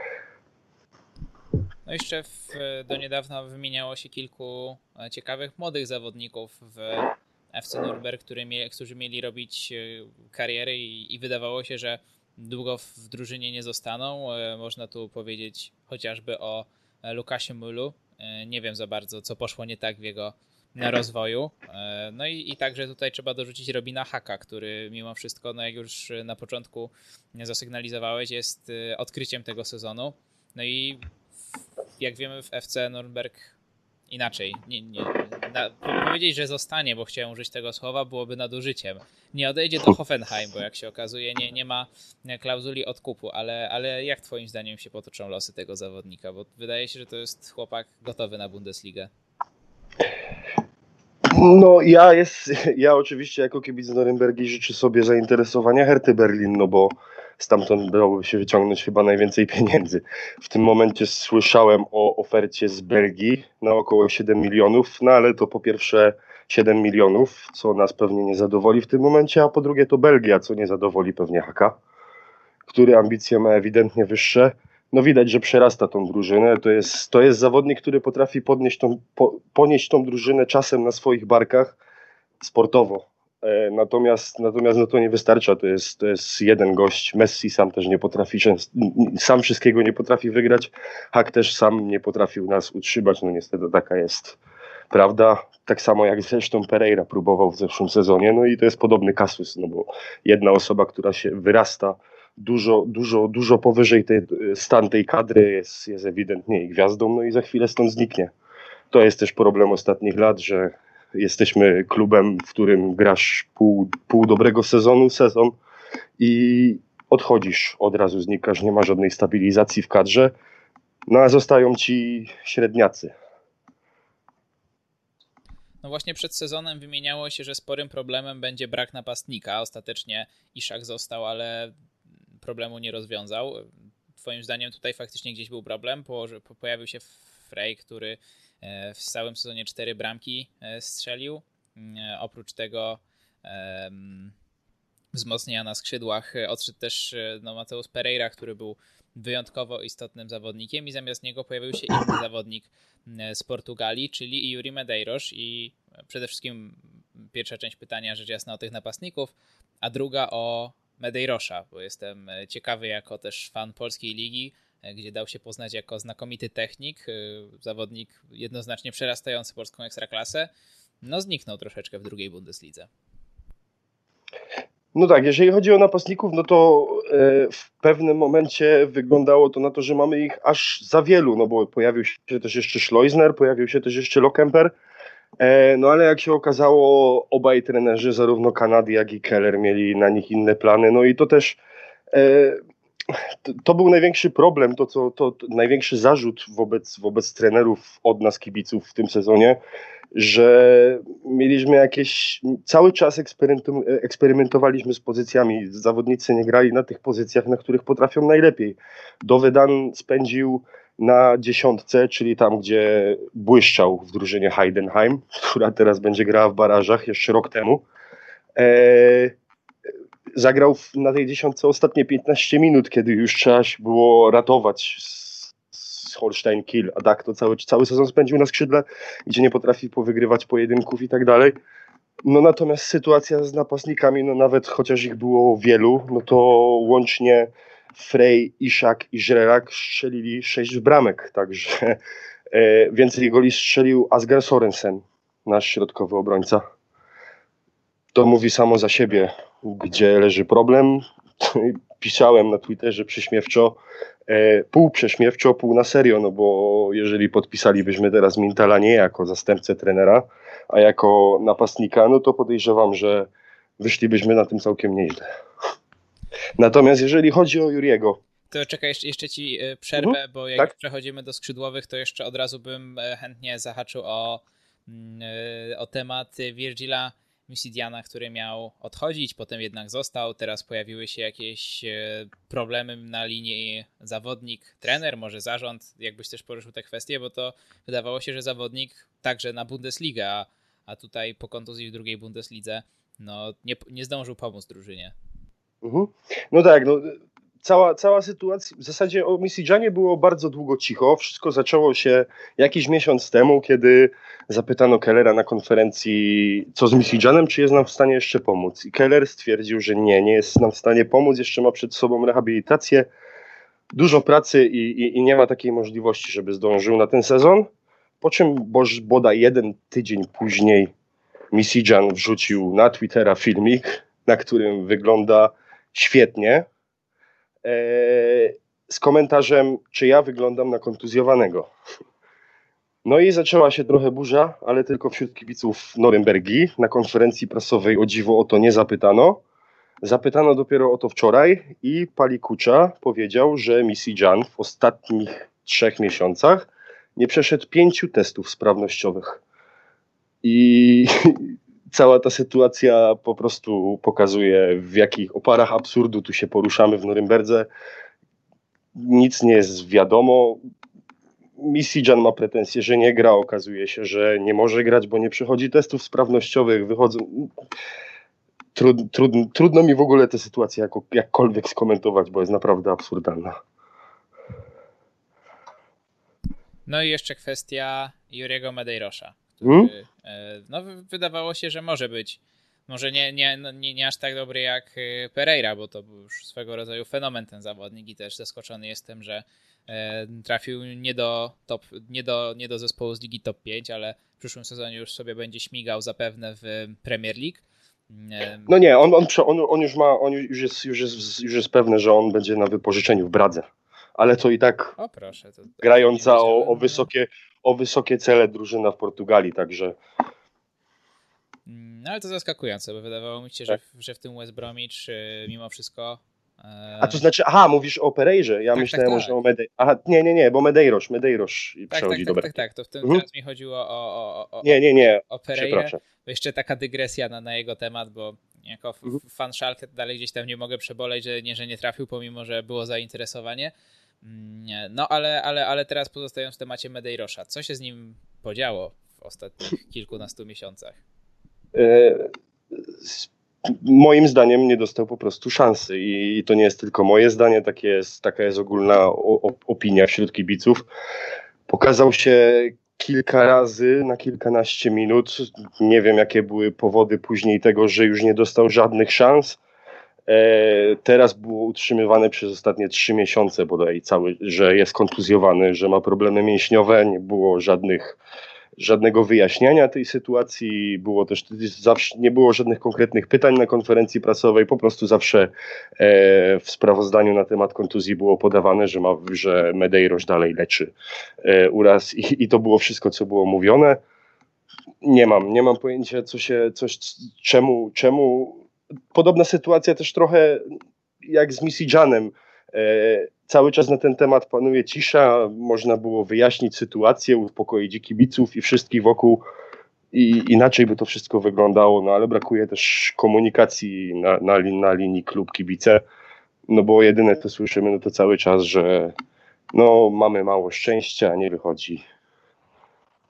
No jeszcze w, do niedawna wymieniało się kilku ciekawych młodych zawodników w F C Nürnberg, który mie, którzy mieli robić kariery i, i wydawało się, że długo w drużynie nie zostaną. Można tu powiedzieć chociażby o Lukasie Mülu. Nie wiem za bardzo, co poszło nie tak w jego rozwoju. No i, i także tutaj trzeba dorzucić Robina Haka, który mimo wszystko, no jak już na początku zasygnalizowałeś, jest odkryciem tego sezonu. No i jak wiemy w F C Nürnberg inaczej. Nie, nie, na, powiedzieć, że zostanie, bo chciałem użyć tego słowa, byłoby nadużyciem. Nie odejdzie do Hoffenheim, bo jak się okazuje, nie, nie ma klauzuli odkupu, ale, ale jak twoim zdaniem się potoczą losy tego zawodnika? Bo wydaje się, że to jest chłopak gotowy na Bundesligę. No ja jest, ja oczywiście jako kibic Norymbergi życzę sobie zainteresowania Herty Berlin, no bo stamtąd dałoby się wyciągnąć chyba najwięcej pieniędzy. W tym momencie słyszałem o ofercie z Belgii na około siedem milionów, no ale to po pierwsze siedem milionów, co nas pewnie nie zadowoli w tym momencie, a po drugie to Belgia, co nie zadowoli pewnie Haka, który ambicje ma ewidentnie wyższe. No widać, że przerasta tą drużynę. To jest, to jest zawodnik, który potrafi podnieść tą, po, ponieść tą drużynę czasem na swoich barkach sportowo. E, natomiast natomiast no to nie wystarcza. To jest, to jest jeden gość. Messi sam też nie potrafi, sam wszystkiego nie potrafi wygrać. Hak też sam nie potrafił nas utrzymać. No niestety taka jest prawda. Tak samo jak zresztą Pereira próbował w zeszłym sezonie. No i to jest podobny kasus, no bo jedna osoba, która się wyrasta dużo, dużo, dużo powyżej tej, stan tej kadry jest, jest ewidentnie jej gwiazdą, no i za chwilę stąd zniknie. To jest też problem ostatnich lat, że jesteśmy klubem, w którym grasz pół, pół dobrego sezonu, sezon i odchodzisz, od razu znikasz, nie ma żadnej stabilizacji w kadrze, no a zostają ci średniacy. No właśnie przed sezonem wymieniało się, że sporym problemem będzie brak napastnika. Ostatecznie Iszak został, ale problemu nie rozwiązał. Twoim zdaniem tutaj faktycznie gdzieś był problem? Po, pojawił się Frey, który w całym sezonie cztery bramki strzelił. Oprócz tego um, wzmocnienia na skrzydłach odszedł też no, Mateus Pereira, który był wyjątkowo istotnym zawodnikiem i zamiast niego pojawił się inny zawodnik z Portugalii, czyli Yuri Medeiros i przede wszystkim pierwsza część pytania rzecz jasna o tych napastników, a druga o Medeirosa, bo jestem ciekawy jako też fan polskiej ligi, gdzie dał się poznać jako znakomity technik, zawodnik jednoznacznie przerastający polską ekstraklasę, no zniknął troszeczkę w drugiej Bundeslidze. No tak, jeżeli chodzi o napastników, no to w pewnym momencie wyglądało to na to, że mamy ich aż za wielu, no bo pojawił się też jeszcze Schleusner, pojawił się też jeszcze Lokemper, no ale jak się okazało, obaj trenerzy, zarówno Kanady, jak i Keller, mieli na nich inne plany, no i to też to, to był największy problem, to, co, to, to największy zarzut wobec, wobec trenerów od nas kibiców w tym sezonie, że mieliśmy jakieś, cały czas eksperymentowaliśmy z pozycjami, zawodnicy nie grali na tych pozycjach, na których potrafią najlepiej. Dovedan spędził na dziesiątce, czyli tam, gdzie błyszczał w drużynie Heidenheim, która teraz będzie grała w barażach jeszcze rok temu. zagrał na tej dziesiątce ostatnie piętnaście minut, kiedy już trzeba się było ratować z, z Holstein Kiel, a tak to cały, cały sezon spędził na skrzydle, gdzie nie potrafi powygrywać pojedynków i tak dalej. No natomiast sytuacja z napastnikami, no nawet chociaż ich było wielu, no to łącznie Frey, Ishak i Żrerak strzelili sześć bramek, także e, więcej goli strzelił Asger Sorensen, nasz środkowy obrońca. To mówi samo za siebie, gdzie leży problem. Pisałem na Twitterze prześmiewczo, e, pół prześmiewczo, pół na serio, no bo jeżeli podpisalibyśmy teraz Mintala nie jako zastępcę trenera, a jako napastnika, no to podejrzewam, że wyszlibyśmy na tym całkiem nieźle. Natomiast jeżeli chodzi o Juriego... To czekaj, jeszcze, jeszcze ci przerwę, mhm, bo jak tak? przechodzimy do skrzydłowych, to jeszcze od razu bym chętnie zahaczył o, o temat Virgila Misidiana, który miał odchodzić, potem jednak został. Teraz pojawiły się jakieś problemy na linii zawodnik-trener, może zarząd. Jakbyś też poruszył te kwestie, bo to wydawało się, że zawodnik także na Bundesligę, a, a tutaj po kontuzji w drugiej Bundeslidze no, nie, nie zdążył pomóc drużynie. Mhm. No tak, no, cała, cała sytuacja, w zasadzie o Misidianie było bardzo długo cicho. Wszystko zaczęło się jakiś miesiąc temu, kiedy zapytano Kellera na konferencji, co z Misidianem, czy jest nam w stanie jeszcze pomóc. I Keller stwierdził, że nie, nie jest nam w stanie pomóc, jeszcze ma przed sobą rehabilitację, dużo pracy i, i, i nie ma takiej możliwości, żeby zdążył na ten sezon. Po czym boż, bodaj jeden tydzień później Misidian wrzucił na Twittera filmik, na którym wygląda świetnie, z komentarzem, czy ja wyglądam na kontuzjowanego. No i zaczęła się trochę burza, ale tylko wśród kibiców Norymbergi. Na konferencji prasowej o dziwo o to nie zapytano. Zapytano dopiero o to wczoraj i Palikucza powiedział, że Misidian w ostatnich trzech miesiącach nie przeszedł pięciu testów sprawnościowych. I cała ta sytuacja po prostu pokazuje, w jakich oparach absurdu tu się poruszamy w Norymberdze. Nic nie jest wiadomo. Misidian ma pretensje, że nie gra. Okazuje się, że nie może grać, bo nie przechodzi testów sprawnościowych. Wychodzą... Trud, trud, trudno mi w ogóle tę sytuację jako, jakkolwiek skomentować, bo jest naprawdę absurdalna. No i jeszcze kwestia Juriego Medeirosza, który hmm? no, wydawało się, że może być, może nie, nie, nie, nie aż tak dobry jak Pereira, bo to był już swego rodzaju fenomen ten zawodnik i też zaskoczony jestem, że trafił nie do, top, nie do, nie do zespołu z Ligi Top pięć, ale w przyszłym sezonie już sobie będzie śmigał zapewne w Premier League. No nie, on, on, on, on już ma, on już jest, już jest, już jest pewny, że on będzie na wypożyczeniu w Bradze. Ale to i tak o, proszę, to, to grająca o, o, wysokie, o wysokie cele drużyna w Portugalii, także... No ale to zaskakujące, bo wydawało mi się, tak. że, w, że w tym West Bromwich mimo wszystko... E... A to znaczy, aha, mówisz o Pereirze, ja tak, myślałem tak, tak. może o Medeiros. Aha, nie, nie, nie, bo Medeiros, Medeiros tak, przechodzi tak, do tak, tak, tak, to w tym mhm. teraz mi chodziło o, o, o, nie, nie, nie. o Pereirę. Jeszcze taka dygresja na, na jego temat, bo jako mhm. fan Schalke dalej gdzieś tam nie mogę przeboleć, że nie, że nie trafił, pomimo że było zainteresowanie. No ale, ale, ale teraz pozostając w temacie Medeirosza, co się z nim podziało w ostatnich kilkunastu miesiącach? E, moim zdaniem nie dostał po prostu szansy i, i to nie jest tylko moje zdanie, tak jest, taka jest ogólna o, o, opinia wśród kibiców. Pokazał się kilka razy na kilkanaście minut. Nie wiem, jakie były powody później tego, że już nie dostał żadnych szans. Teraz było utrzymywane przez ostatnie trzy miesiące bodaj cały, że jest kontuzjowany, że ma problemy mięśniowe, nie było żadnych, żadnego wyjaśniania tej sytuacji, było też zawsze, nie było żadnych konkretnych pytań na konferencji prasowej, po prostu zawsze e, w sprawozdaniu na temat kontuzji było podawane, że, ma, że Medeiros dalej leczy e, uraz i, i to było wszystko, co było mówione. Nie mam, nie mam pojęcia, co się, coś, czemu, czemu podobna sytuacja też trochę jak z Misidianem. E, cały czas na ten temat panuje cisza. Można było wyjaśnić sytuację, uspokoić kibiców i wszystkich wokół i inaczej by to wszystko wyglądało, no ale brakuje też komunikacji na, na, na linii klub-kibice, no bo jedyne co słyszymy, no to cały czas, że no mamy mało szczęścia, nie wychodzi.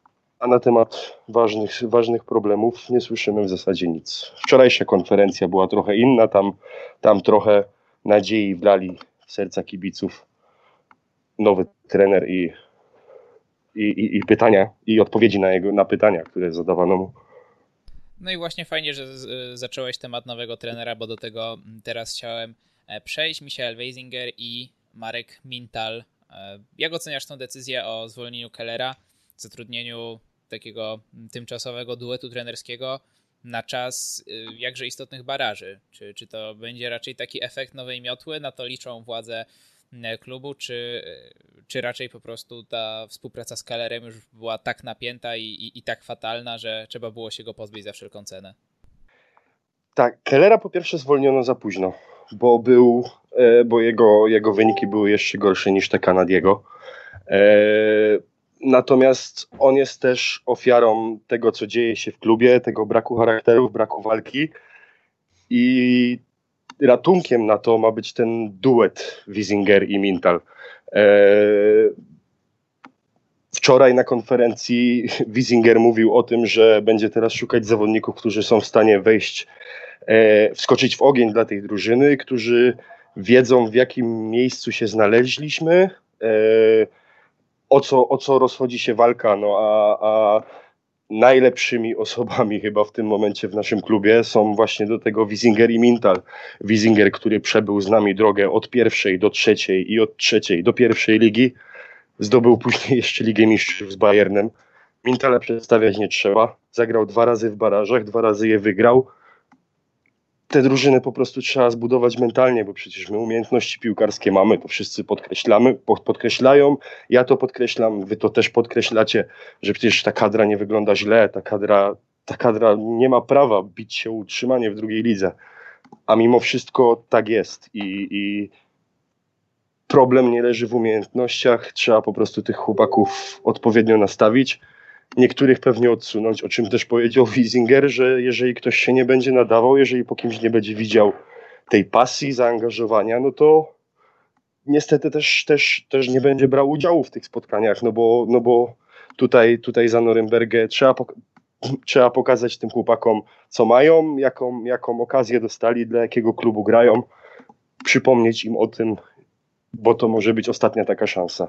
a na temat ważnych, ważnych problemów nie słyszymy w zasadzie nic. Wczorajsza konferencja była trochę inna, tam, tam trochę nadziei wlali w serca kibiców nowy trener i, i, i, i pytania, i odpowiedzi na, jego, na pytania, które zadawano mu. No i właśnie fajnie, że z- zacząłeś temat nowego trenera, bo do tego teraz chciałem przejść. Michael Weisinger i Marek Mintal. Jak oceniasz tę decyzję o zwolnieniu Kellera, zatrudnieniu takiego tymczasowego duetu trenerskiego na czas jakże istotnych baraży? Czy, czy to będzie raczej taki efekt nowej miotły, na to liczą władze klubu, czy, czy raczej po prostu ta współpraca z Kellerem już była tak napięta i, i, i tak fatalna, że trzeba było się go pozbyć za wszelką cenę? Tak, Kellera po pierwsze zwolniono za późno, bo był, e, bo jego, jego wyniki były jeszcze gorsze niż te Kanadiego. E, natomiast on jest też ofiarą tego, co dzieje się w klubie, tego braku charakterów, braku walki i ratunkiem na to ma być ten duet Weisinger i Mintal. E, wczoraj na konferencji Weisinger mówił o tym, że będzie teraz szukać zawodników, którzy są w stanie wejść, e, wskoczyć w ogień dla tej drużyny, którzy wiedzą, w jakim miejscu się znaleźliśmy, e, o co, o co rozchodzi się walka, no a, a najlepszymi osobami chyba w tym momencie w naszym klubie są właśnie do tego Weisinger i Mintal. Weisinger, który przebył z nami drogę od pierwszej do trzeciej i od trzeciej do pierwszej ligi. Zdobył później jeszcze Ligę Mistrzów z Bayernem. Mintala przedstawiać nie trzeba. Zagrał dwa razy w barażach, dwa razy je wygrał. Te drużyny po prostu trzeba zbudować mentalnie, bo przecież my umiejętności piłkarskie mamy, to wszyscy podkreślamy, podkreślają, ja to podkreślam, wy to też podkreślacie, że przecież ta kadra nie wygląda źle, ta kadra, ta kadra nie ma prawa bić się o utrzymanie w drugiej lidze, a mimo wszystko tak jest i, i problem nie leży w umiejętnościach, trzeba po prostu tych chłopaków odpowiednio nastawić. Niektórych pewnie odsunąć, o czym też powiedział Weisinger, że jeżeli ktoś się nie będzie nadawał, jeżeli po kimś nie będzie widział tej pasji, zaangażowania, no to niestety też, też, też nie będzie brał udziału w tych spotkaniach, no bo, no bo tutaj, tutaj za Norymbergę trzeba, pok- trzeba pokazać tym chłopakom, co mają, jaką, jaką okazję dostali, dla jakiego klubu grają, przypomnieć im o tym, bo to może być ostatnia taka szansa.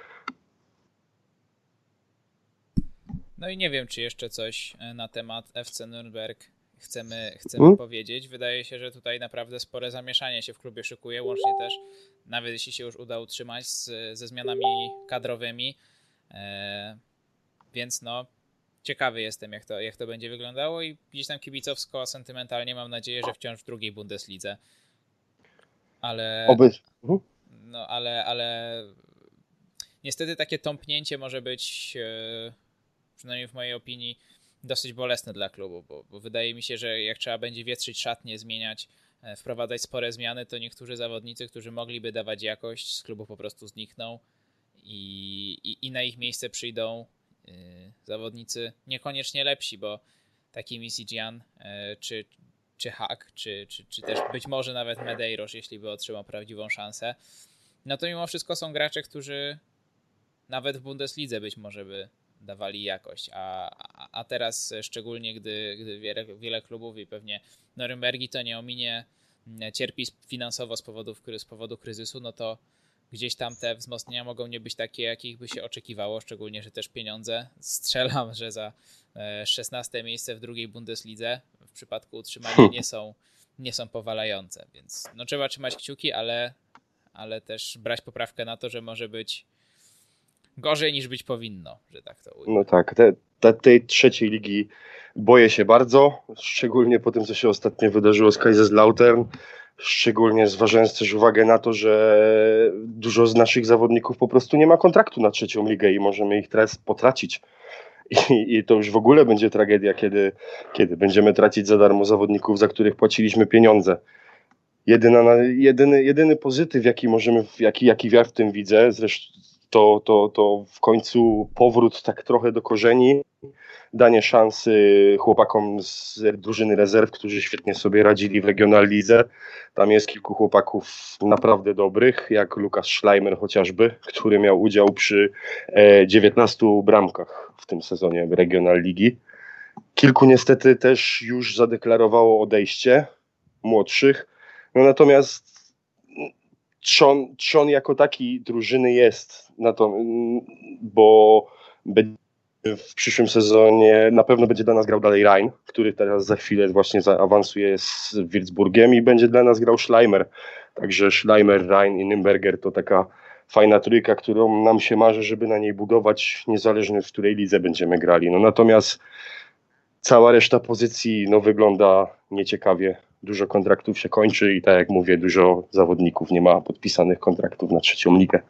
No i nie wiem, czy jeszcze coś na temat F C Nürnberg chcemy, chcemy hmm? powiedzieć. Wydaje się, że tutaj naprawdę spore zamieszanie się w klubie szykuje, łącznie też, nawet jeśli się już uda utrzymać z, ze zmianami kadrowymi. E, więc no, ciekawy jestem, jak to, jak to będzie wyglądało i gdzieś tam kibicowsko, sentymentalnie mam nadzieję, że wciąż w drugiej Bundeslidze. Ale... Oby. No, ale, ale niestety takie tąpnięcie może być... E, przynajmniej w mojej opinii, dosyć bolesne dla klubu, bo, bo wydaje mi się, że jak trzeba będzie wietrzyć szatnie, zmieniać, wprowadzać spore zmiany, to niektórzy zawodnicy, którzy mogliby dawać jakość, z klubu po prostu znikną i, i, i na ich miejsce przyjdą yy, zawodnicy niekoniecznie lepsi, bo taki Misidzian yy, czy, czy Hack, czy, czy, czy też być może nawet Medeiros, jeśli by otrzymał prawdziwą szansę, no to mimo wszystko są gracze, którzy nawet w Bundeslidze być może by dawali jakość, a, a, a teraz szczególnie, gdy, gdy wiele, wiele klubów i pewnie Norymbergi to nie ominie, cierpi finansowo z powodu, z powodu kryzysu, no to gdzieś tam te wzmocnienia mogą nie być takie, jakich by się oczekiwało, szczególnie, że też pieniądze, strzelam, że za szesnaste miejsce w drugiej Bundeslidze w przypadku utrzymania nie są, nie są powalające, więc no trzeba trzymać kciuki, ale, ale też brać poprawkę na to, że może być gorzej niż być powinno, że tak to ujmę. No tak, te, te, tej trzeciej ligi boję się bardzo, szczególnie po tym, co się ostatnio wydarzyło z Kaiserslautern, szczególnie zważając też uwagę na to, że dużo z naszych zawodników po prostu nie ma kontraktu na trzecią ligę i możemy ich teraz potracić. I, i to już w ogóle będzie tragedia, kiedy, kiedy będziemy tracić za darmo zawodników, za których płaciliśmy pieniądze. Jedyna, jedyny, jedyny pozytyw, jaki możemy, jaki, jaki ja w tym widzę, zresztą to, to, to w końcu powrót tak trochę do korzeni, danie szansy chłopakom z drużyny rezerw, którzy świetnie sobie radzili w Regional Lidze. Tam jest kilku chłopaków naprawdę dobrych, jak Lukas Schleimer chociażby, który miał udział przy dziewiętnastu bramkach w tym sezonie Regional Ligi. Kilku niestety też już zadeklarowało odejście młodszych, no natomiast trzon, trzon jako taki drużyny jest, na to, bo w przyszłym sezonie na pewno będzie dla nas grał dalej Rhein, który teraz za chwilę właśnie zaawansuje z Würzburgiem i będzie dla nas grał Schleimer. Także Schleimer, Rhein i Nürnberger to taka fajna trójka, którą nam się marzy, żeby na niej budować, niezależnie w której lidze będziemy grali. No natomiast cała reszta pozycji no, wygląda nieciekawie. Dużo kontraktów się kończy i tak jak mówię, dużo zawodników nie ma podpisanych kontraktów na trzecią ligę.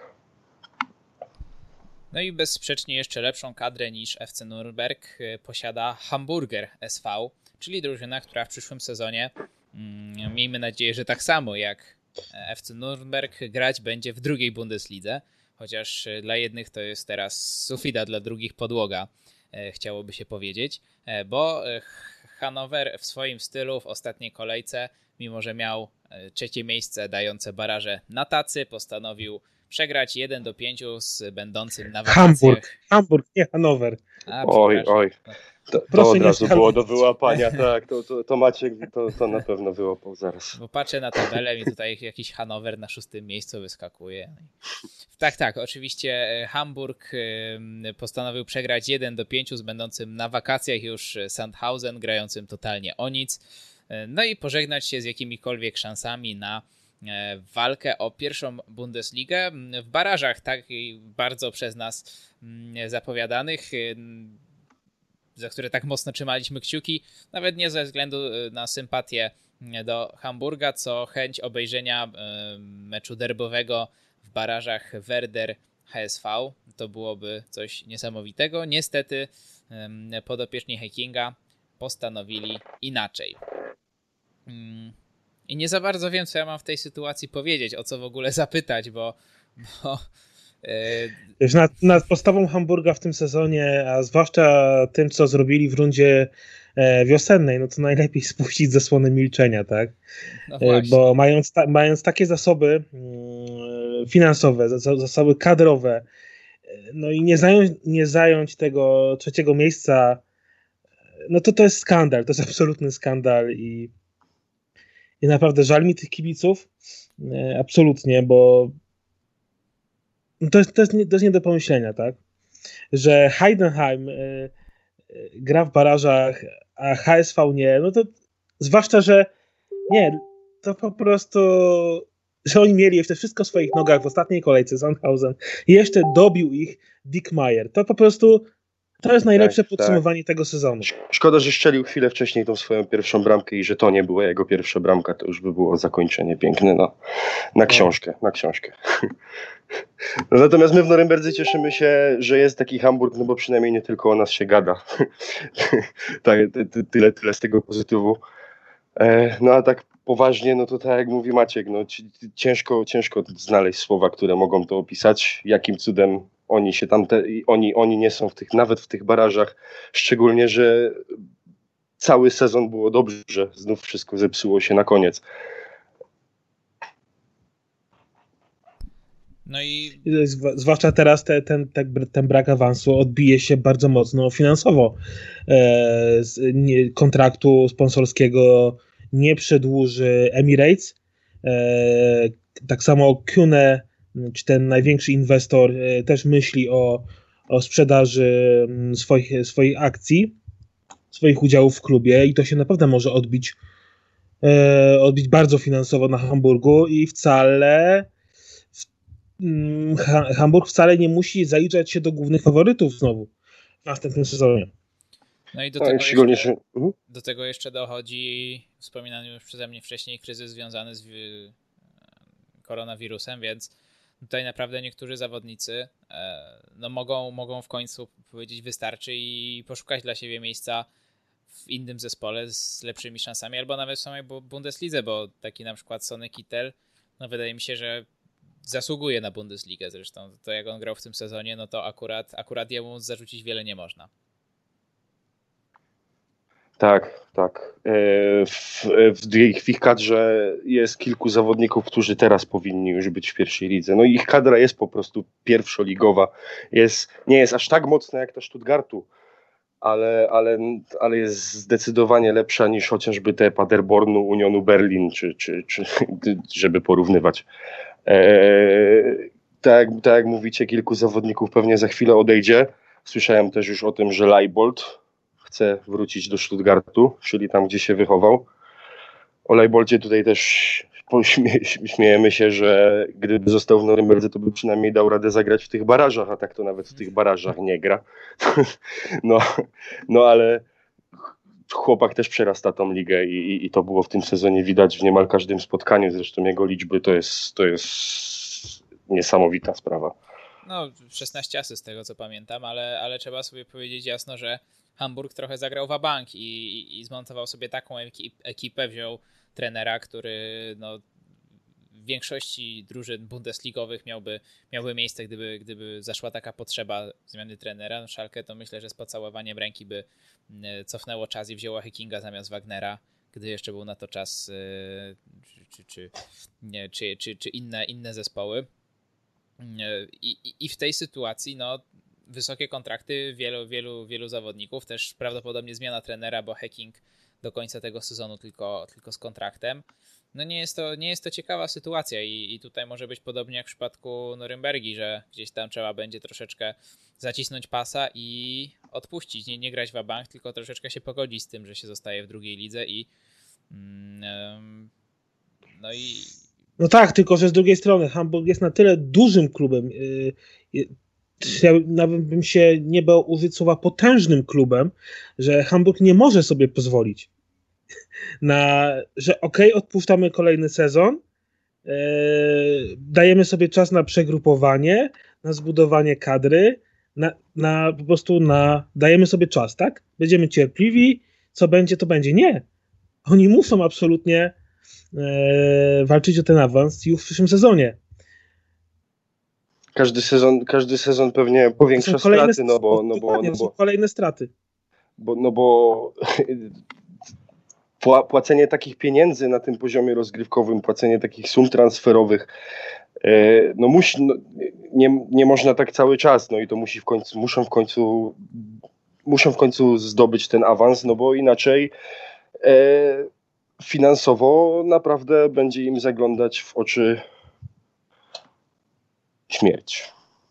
No i bezsprzecznie jeszcze lepszą kadrę niż F C Nürnberg posiada Hamburger S V, czyli drużyna, która w przyszłym sezonie, mm, miejmy nadzieję, że tak samo jak F C Nürnberg, grać będzie w drugiej Bundeslidze, chociaż dla jednych to jest teraz sufita, dla drugich podłoga, chciałoby się powiedzieć, bo Hannover w swoim stylu w ostatniej kolejce, mimo że miał trzecie miejsce dające baraże na tacy, postanowił przegrać jeden do pięciu z będącym na wakacjach. Hamburg, Hamburg, nie Hanower. A, oj, oj. To, to od razu było do wyłapania, tak, to, to, to Maciek to, to na pewno wyłapał zaraz. Bo patrzę na tabelę i tutaj jakiś Hanower na szóstym miejscu wyskakuje. Tak, tak, oczywiście Hamburg postanowił przegrać jeden do pięciu z będącym na wakacjach już Sandhausen, grającym totalnie o nic. No i pożegnać się z jakimikolwiek szansami na walkę o pierwszą Bundesligę w barażach, tak bardzo przez nas zapowiadanych, za które tak mocno trzymaliśmy kciuki, nawet nie ze względu na sympatię do Hamburga, co chęć obejrzenia meczu derbowego w barażach Werder H S V. To byłoby coś niesamowitego. Niestety podopieczni Hekinga postanowili inaczej. I nie za bardzo wiem, co ja mam w tej sytuacji powiedzieć, o co w ogóle zapytać, bo... bo Wiesz, nad, nad postawą Hamburga w tym sezonie, a zwłaszcza tym, co zrobili w rundzie wiosennej, no to najlepiej spuścić zasłony milczenia, tak? No bo mając, ta, mając takie zasoby finansowe, zasoby kadrowe, no i nie zająć, nie zająć tego trzeciego miejsca, no to to jest skandal, to jest absolutny skandal i I naprawdę żal mi tych kibiców, absolutnie, bo to jest, to jest, nie, to jest nie do pomyślenia, tak? Że Heidenheim y, y, gra w barażach, a H S V nie, no to zwłaszcza, że nie, to po prostu, że oni mieli jeszcze wszystko w swoich nogach w ostatniej kolejce Sandhausen i jeszcze dobił ich Dick Meyer. To po prostu to jest najlepsze tak, podsumowanie tak. tego sezonu. Szkoda, że strzelił chwilę wcześniej tą swoją pierwszą bramkę i że to nie była jego pierwsza bramka, to już by było zakończenie piękne na, na książkę, na książkę. No, natomiast my w Norymberdze cieszymy się, że jest taki Hamburg, no bo przynajmniej nie tylko o nas się gada. tak, tyle, tyle z tego pozytywu. No a tak poważnie, no to tak jak mówi Maciek, no ciężko, ciężko znaleźć słowa, które mogą to opisać, jakim cudem oni się tam, te, oni, oni nie są w tych, nawet w tych barażach, szczególnie, że cały sezon było dobrze, że znów wszystko zepsuło się na koniec. No i zwłaszcza teraz te, ten, ten, ten brak awansu odbije się bardzo mocno finansowo. E, nie, kontraktu sponsorskiego nie przedłuży Emirates. E, tak samo Kühne, czy ten największy inwestor, e, też myśli o, o sprzedaży swoich, swoich akcji, swoich udziałów w klubie i to się naprawdę może odbić, e, odbić bardzo finansowo na Hamburgu i wcale Hamburg wcale nie musi zaliczać się do głównych faworytów znowu w następnym sezonie. No i do tego, jeszcze, do tego jeszcze dochodzi wspominany już przeze mnie wcześniej kryzys związany z koronawirusem, więc tutaj naprawdę niektórzy zawodnicy no mogą, mogą w końcu powiedzieć wystarczy i poszukać dla siebie miejsca w innym zespole z lepszymi szansami, albo nawet w samej Bundeslidze, bo taki na przykład Sonny Kittel, no wydaje mi się, że zasługuje na Bundesligę zresztą. To jak on grał w tym sezonie, no to akurat, akurat jemu zarzucić wiele nie można. Tak, tak. W, w, w ich kadrze jest kilku zawodników, którzy teraz powinni już być w pierwszej lidze. No i ich kadra jest po prostu pierwszoligowa. Jest, nie jest aż tak mocna jak ta Stuttgartu, ale, ale, ale jest zdecydowanie lepsza niż chociażby te Paderbornu, Unionu Berlin, czy, czy, czy żeby porównywać. Eee, tak, tak jak mówicie, kilku zawodników pewnie za chwilę odejdzie. Słyszałem też już o tym, że Leibold chce wrócić do Stuttgartu, czyli tam, gdzie się wychował. O Leiboldzie tutaj też śmie- śmiejemy się, że gdyby został w Norymberdze, to by przynajmniej dał radę zagrać w tych barażach, a tak to nawet w tych barażach nie gra. no, no ale chłopak też przerasta tą ligę i, i, i to było w tym sezonie widać w niemal każdym spotkaniu. Zresztą jego liczby to jest, to jest niesamowita sprawa. No, szesnaście asyst z tego, co pamiętam, ale, ale trzeba sobie powiedzieć jasno, że Hamburg trochę zagrał wabank i, i, i zmontował sobie taką ekipę, wziął trenera, który no, w większości drużyn bundesligowych miałby, miałby miejsce, gdyby, gdyby zaszła taka potrzeba zmiany trenera. No, Schalke to myślę, że z pocałowaniem ręki by cofnęło czas i wzięło Heckinga zamiast Wagnera, gdy jeszcze był na to czas, czy, czy, nie, czy, czy, czy inne, inne zespoły. I, i, I w tej sytuacji no, wysokie kontrakty wielu, wielu, wielu zawodników, też prawdopodobnie zmiana trenera, bo Hecking do końca tego sezonu tylko, tylko z kontraktem. No nie jest to, nie jest to ciekawa sytuacja i, i tutaj może być podobnie jak w przypadku Norymbergi, że gdzieś tam trzeba będzie troszeczkę zacisnąć pasa i odpuścić, nie, nie grać w bank, tylko troszeczkę się pogodzić z tym, że się zostaje w drugiej lidze i mm, no i No tak, tylko że z drugiej strony Hamburg jest na tyle dużym klubem, yy, ja nawet bym się nie bał użyć słowa potężnym klubem, że Hamburg nie może sobie pozwolić na, że okej, okay, odpuszczamy kolejny sezon, yy, dajemy sobie czas na przegrupowanie, na zbudowanie kadry, na, na po prostu na, dajemy sobie czas, tak? Będziemy cierpliwi, co będzie, to będzie. Nie. Oni muszą absolutnie yy, walczyć o ten awans już w przyszłym sezonie. Każdy sezon, każdy sezon pewnie powiększa straty, no bo, no bo, no bo są kolejne straty. Bo, no bo płacenie takich pieniędzy na tym poziomie rozgrywkowym, płacenie takich sum transferowych, no musi, no, nie, nie można tak cały czas, no i to musi w końcu, muszą w końcu, muszą w końcu zdobyć ten awans, no bo inaczej e, finansowo naprawdę będzie im zaglądać w oczy śmierć.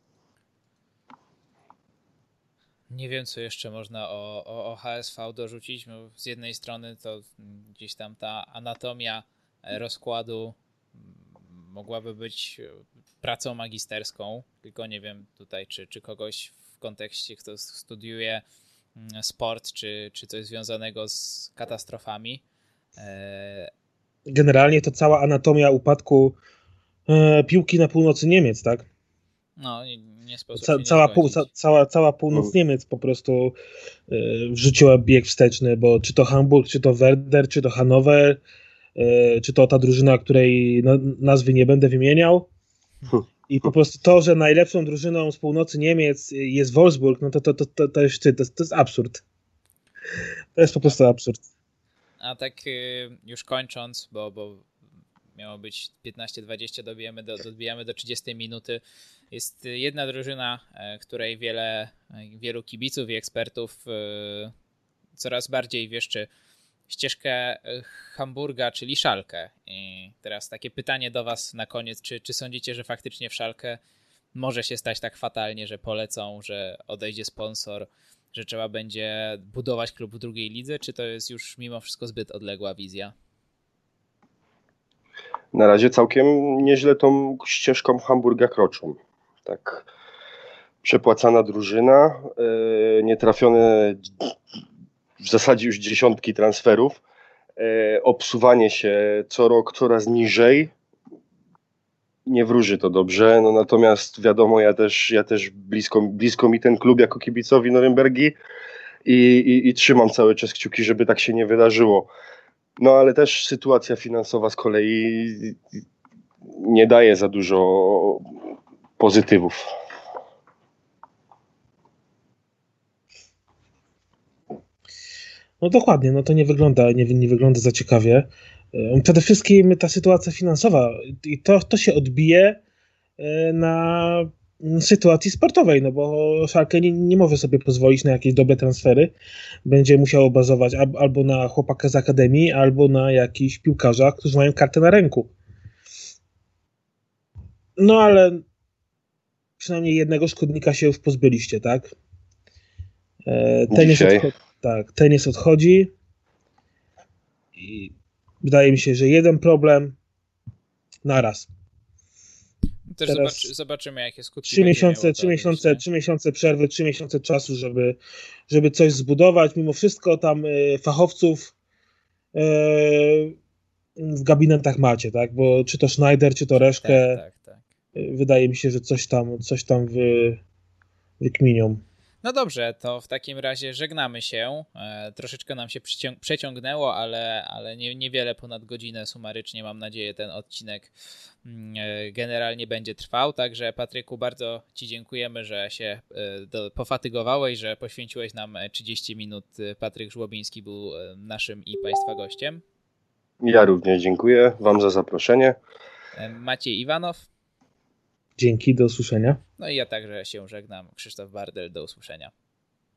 Nie wiem, co jeszcze można o, o, o H S V dorzucić. No, z jednej strony to gdzieś tam ta anatomia rozkładu mogłaby być pracą magisterską, tylko nie wiem tutaj, czy, czy kogoś w kontekście, kto studiuje sport, czy, czy coś związanego z katastrofami. Generalnie to cała anatomia upadku e, piłki na północy Niemiec, tak? No, nie, nie sposób Ca- się cała, nie pół, ca- cała, cała północ Niemiec po prostu e, wrzuciła bieg wsteczny, bo czy to Hamburg, czy to Werder, czy to Hannover, e, czy to ta drużyna, której no, nazwy nie będę wymieniał. I po prostu to, że najlepszą drużyną z północy Niemiec jest Wolfsburg, no to, to, to, to, to, jest, to, jest, to jest absurd. To jest po prostu absurd. A tak już kończąc, bo, bo miało być piętnaście dwadzieścia, dobijamy do, dobijamy do trzydziestej minuty. Jest jedna drużyna, której wiele, wielu kibiców i ekspertów coraz bardziej wieszczy ścieżkę Hamburga, czyli Schalke. I teraz takie pytanie do was na koniec. Czy, czy sądzicie, że faktycznie w Schalke może się stać tak fatalnie, że polecą, że odejdzie sponsor, że trzeba będzie budować klub w drugiej lidze, czy to jest już mimo wszystko zbyt odległa wizja? Na razie całkiem nieźle tą ścieżką Hamburga kroczą. Tak, przepłacana drużyna, yy, nietrafione w zasadzie już dziesiątki transferów, yy, obsuwanie się co rok coraz niżej. Nie wróży to dobrze, no natomiast wiadomo, ja też, ja też blisko, blisko mi ten klub jako kibicowi Norymbergi i, i, i trzymam cały czas kciuki, żeby tak się nie wydarzyło. No ale też sytuacja finansowa z kolei nie daje za dużo pozytywów. No dokładnie, no to nie wygląda, nie, nie wygląda za ciekawie. Przede wszystkim ta sytuacja finansowa i to, to się odbije na sytuacji sportowej, no bo Schalke nie, nie może sobie pozwolić na jakieś dobre transfery. Będzie musiało bazować albo na chłopaka z akademii, albo na jakichś piłkarzach, którzy mają kartę na ręku. No ale przynajmniej jednego szkodnika się już pozbyliście, tak? Ten jest, odcho- tak, ten jest odchodzi i wydaje mi się, że jeden problem naraz. Też Teraz zobacz, zobaczymy, jakie skutki trzy miesiące, miało trzy miesiące, trzy miesiące przerwy, trzy miesiące czasu, żeby, żeby coś zbudować. Mimo wszystko tam y, fachowców y, w gabinetach macie, tak? Bo czy to Schneider, czy to Reszkę, tak, tak, tak. Y, wydaje mi się, że coś tam, coś tam wy, wykminią. No dobrze, to w takim razie żegnamy się. E, troszeczkę nam się przycią- przeciągnęło, ale, ale nie, niewiele ponad godzinę sumarycznie, mam nadzieję, ten odcinek e, generalnie będzie trwał. Także Patryku, bardzo Ci dziękujemy, że się e, do, pofatygowałeś, że poświęciłeś nam trzydzieści minut. Patryk Żłobiński był naszym i Państwa gościem. Ja również dziękuję Wam za zaproszenie. E, Maciej Iwanow. Dzięki, do usłyszenia. No i ja także się żegnam. Krzysztof Bardel, do usłyszenia.